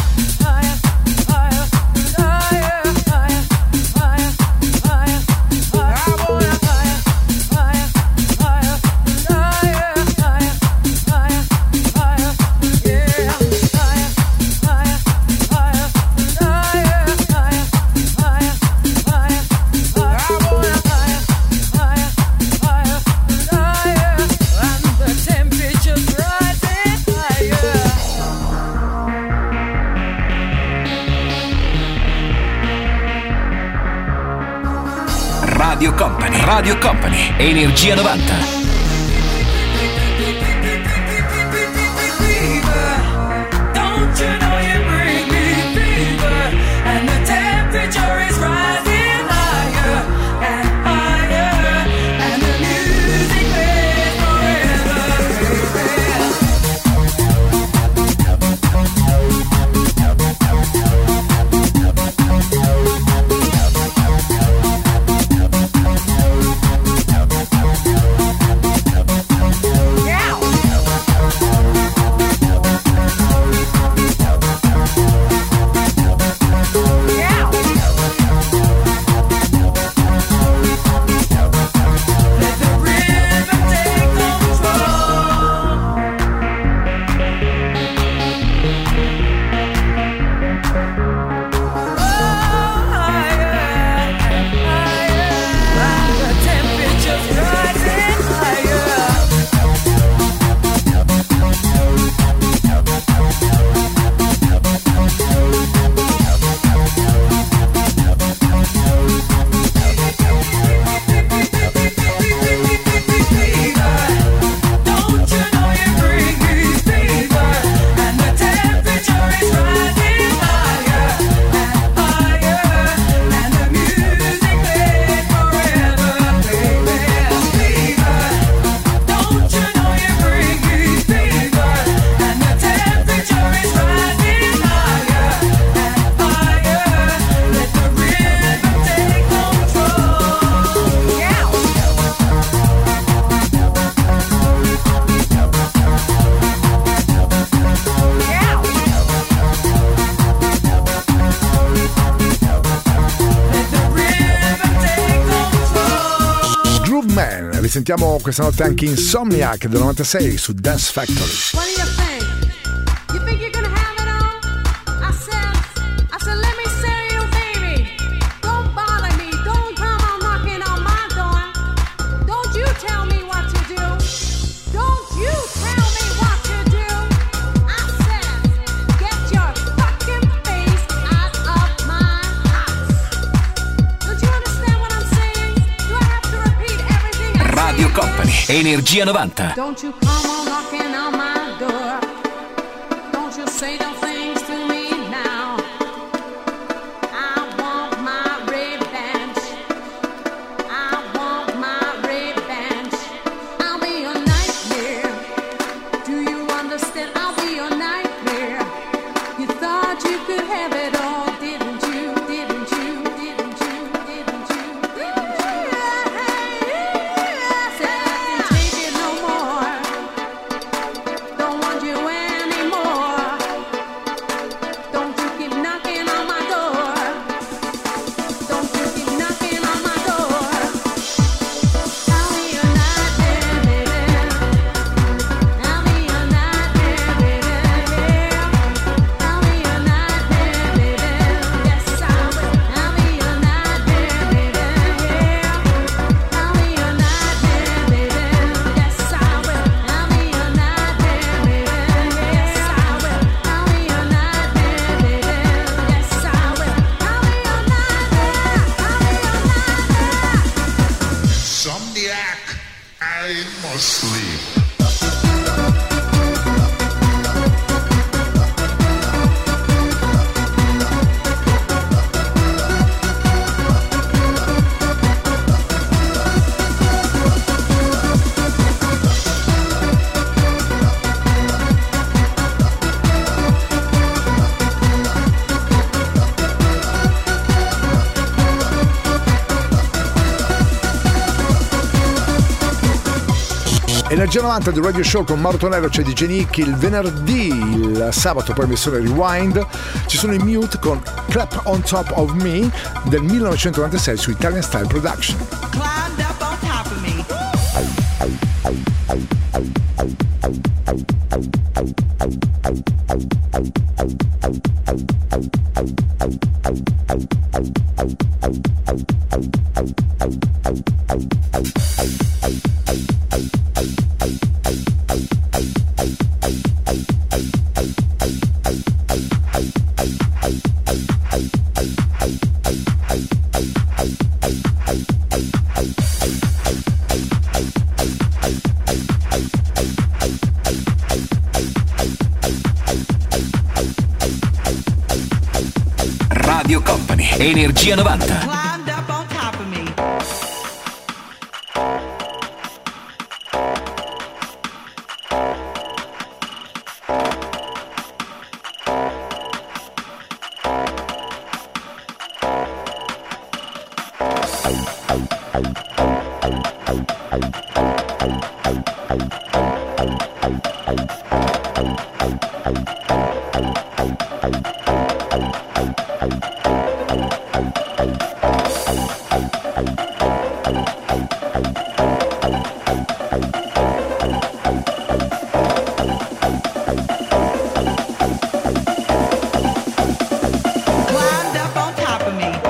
Radio Company, Energia 90. sentiamo questa notte anche Insomniac del 96 su Dance Factory. What do you think? You think you're gonna have it all? I said, let me say you, baby. Don't bother me. Don't come on knocking on my door. Don't you tell me what to do. Don't you tell me what to do. I said, get your fucking face out of my house. Don't you understand what I'm saying? Do I have to repeat everything I Radio say? Company, Energia 90. Don't you come on knocking on my door. Don't you say no things to me now. I want my revenge. I want my revenge. I'll be your nightmare. Do you understand? I'll be your nightmare. You thought you could have it all, didn't you? Didn't you? Didn't you? Didn't you? Didn't you? Said I can't take it no more. Don't want you anymore. Don't you keep knocking on my door. Don't you keep knocking on my door. I'll be your nightmare, baby. I'll be your nightmare, baby. I'll be your nightmare, baby. Yes, I will. I'll be your nightmare, baby. I'll be your nightmare, baby. Yes, I will. I'll be your nightmare, baby. Yes, I will. I'll be your nightmare, baby. Yes, I will. I'll be your nightmare. I'll be your nightmare. Insomniac, I must sleep. Energia 90 del Radio Show con Mauro Tonello, c'è DJ Nick il venerdì, il sabato poi emissione Rewind, ci sono i Mute con Clap on Top of Me del 1996 su Italian Style Production. Climbed up on top of me. Radio Company, Energia 90. Climbed up on top of me. Climbed up on top of me.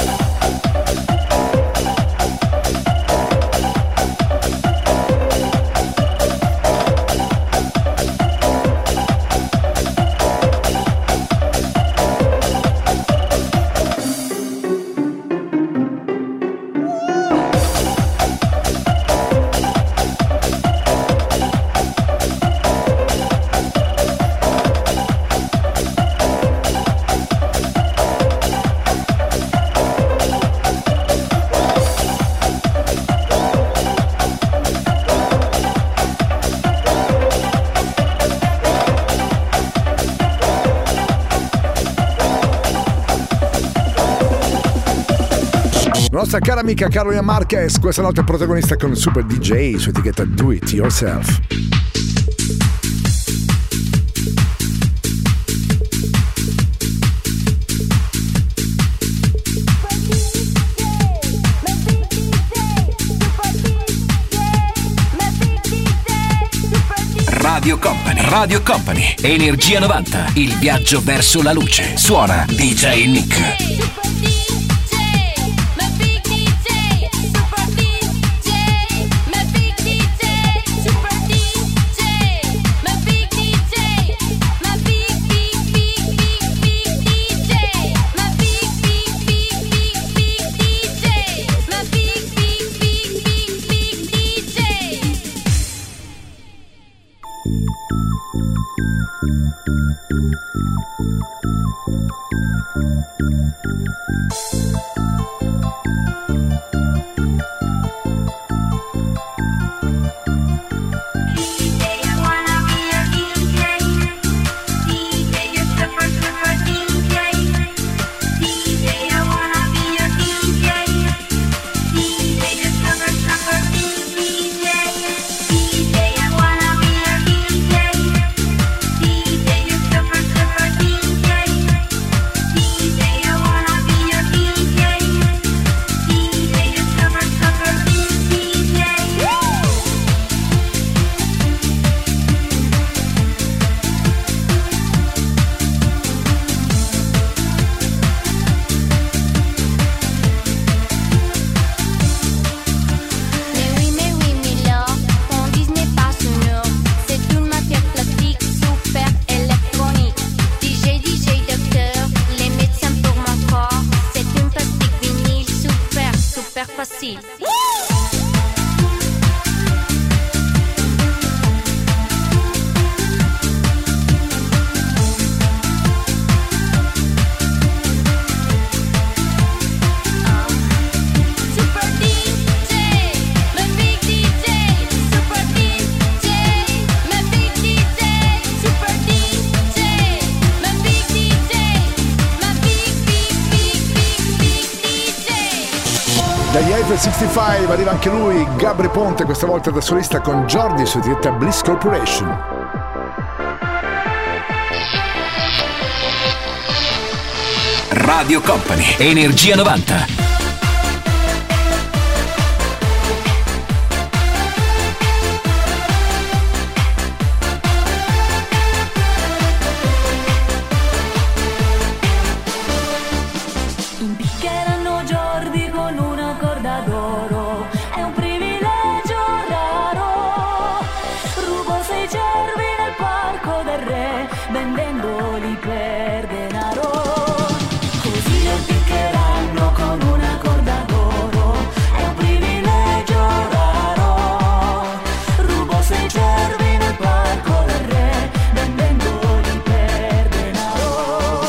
La nostra cara amica Carolina Marquez questa notte è protagonista con il Super DJ su etichetta Do It Yourself. DJ, Radio Company. Radio Company. Energia 90. Il viaggio verso la luce. Suona DJ Nick. Dagli F65 arriva anche lui, Gabri Ponte, questa volta da solista con Jordi su etichetta Bliss Corporation. Radio Company, Energia 90. Impiccheranno Jordi con una corda d'oro, è un privilegio raro. Rubo 6 cervi nel parco del re, vendendoli per denaro. Così lo impiccheranno con una corda d'oro, è un privilegio raro. Rubo 6 cervi nel parco del re, vendendoli per denaro.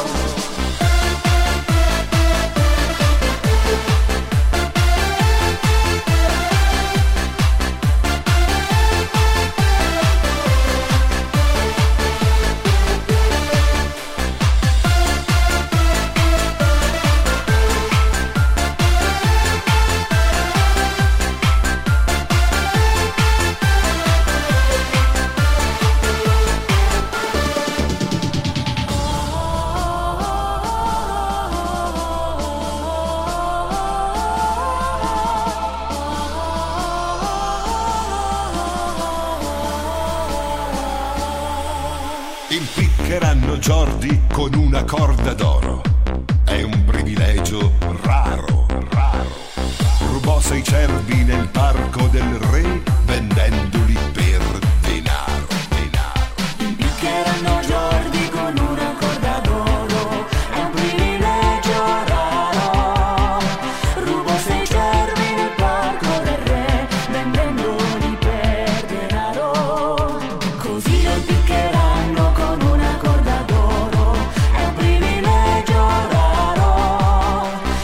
Impiccheranno Jordi con una corda d'oro, è un privilegio raro, raro. Rubò 6 cervi nel parco del re, vendendoli per denaro, denaro. Impiccheranno Jordi con una corda d'oro, è un privilegio raro. Rubo 6 cervi nel parco del re, vendendoli per denaro. Così lo impiccheranno con una corda d'oro, è un privilegio raro.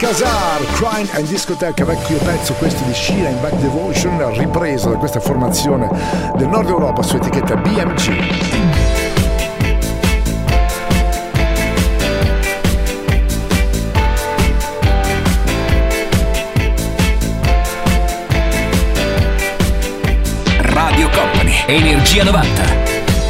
Alcazar, Crime and Discotheque, vecchio pezzo questo di Sheila in Back Devotion, ripreso da questa formazione del Nord Europa su etichetta BMG. Radio Company, Energia 90.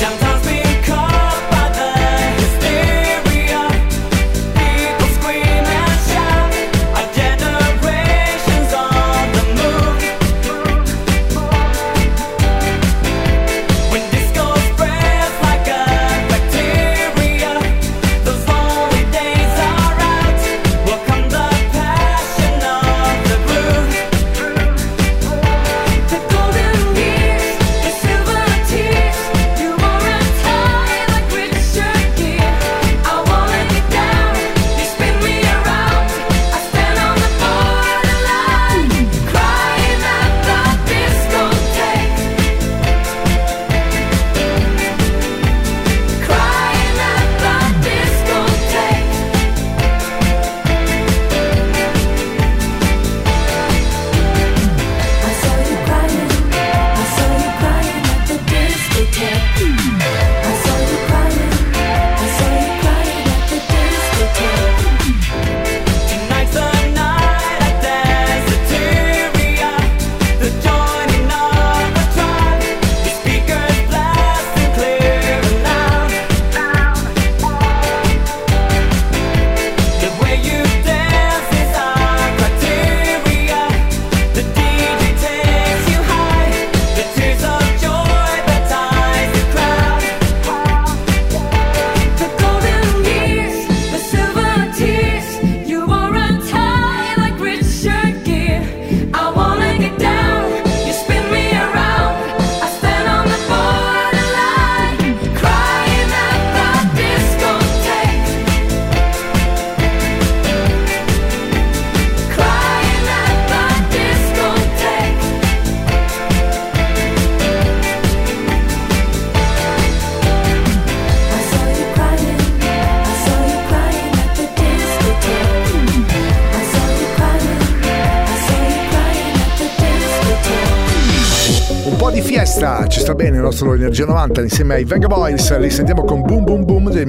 Ci sta bene il nostro Energia 90 insieme ai Venga Boys, li sentiamo con Boom Boom Boom del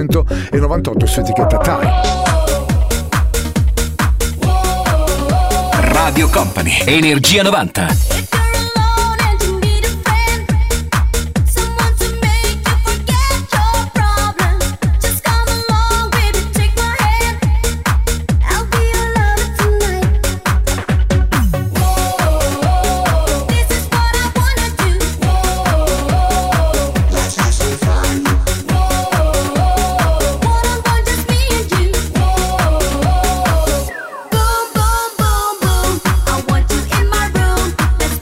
1998 su etichetta Time. Radio Company, Energia 90. Boom, boom, boom, boom. I want you in my room. Let's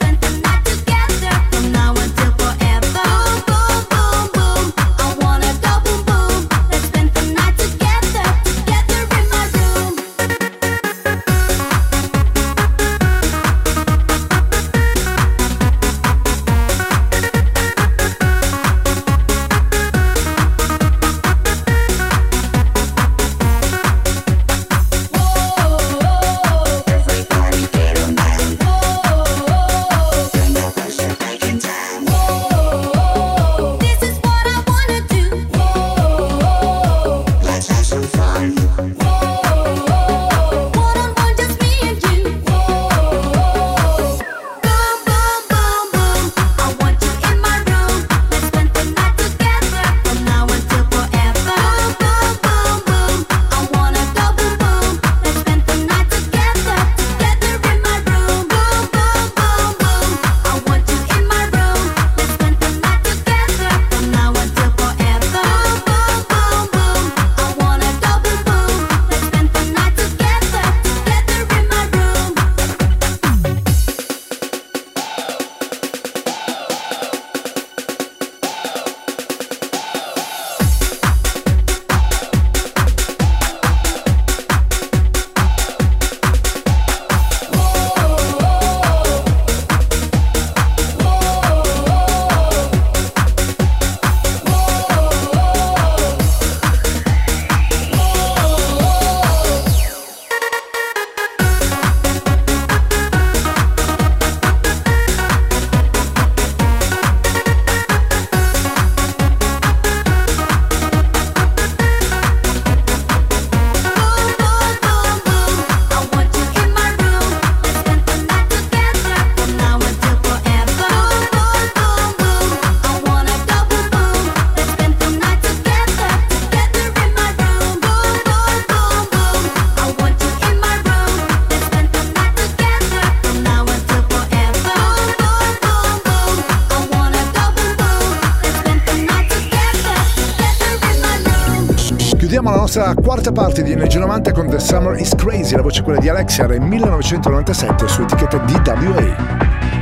Siamo alla nostra quarta parte di Energia 90 con The Summer is Crazy, la voce è quella di Alexia, era in 1997 su etichetta DWA.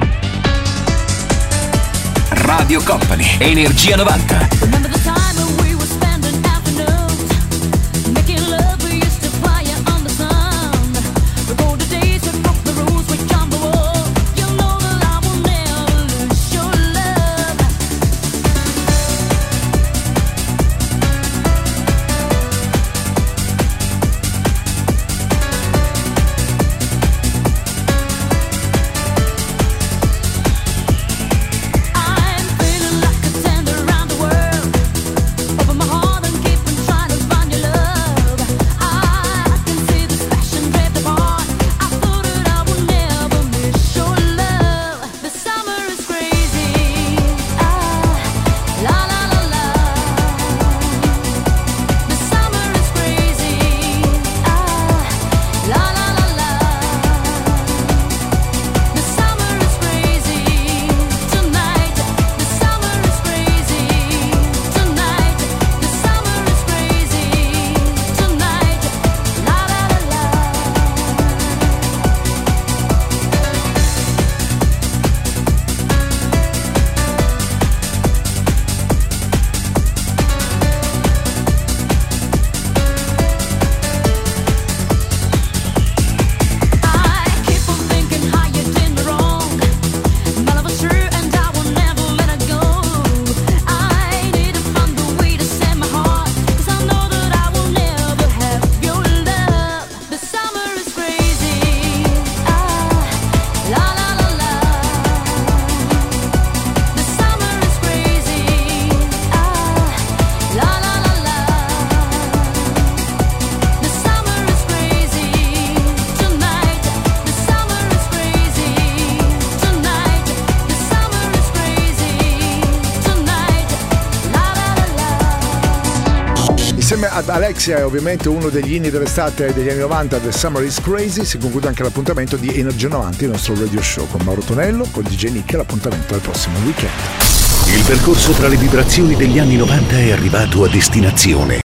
Radio Company, Energia 90. Remember the time when we were spending afternoons making love, we used to fire on the sun. Recall the days we broke the rules, we jumped the wall. You know that I will never lose your love. I'm feeling like a tender around the world. Open my heart and keep on trying to find your love. I can see this passion drift apart. I thought that I would never miss your love. The summer is crazy. La la la la. The summer is crazy. La la la la. The summer is crazy tonight. The summer is crazy tonight. The summer is crazy tonight. La la la la. I keep on thinking how you did me wrong. My love was true and I will never let it go. I need to find a way to set my heart, 'cause I know that I will never have your love. The summer is crazy. La la la la. The summer is crazy. La la la la. The summer is crazy tonight. The summer is crazy tonight. The summer is crazy tonight. La la la la. Insieme ad Alexia è ovviamente uno degli inni dell'estate degli anni 90, The Summer is Crazy. Si conclude anche l'appuntamento di Energia 90, il nostro radio show con Mauro Tonello, con DJ Nick. L'appuntamento al prossimo weekend. Il percorso tra le vibrazioni degli anni 90 è arrivato a destinazione.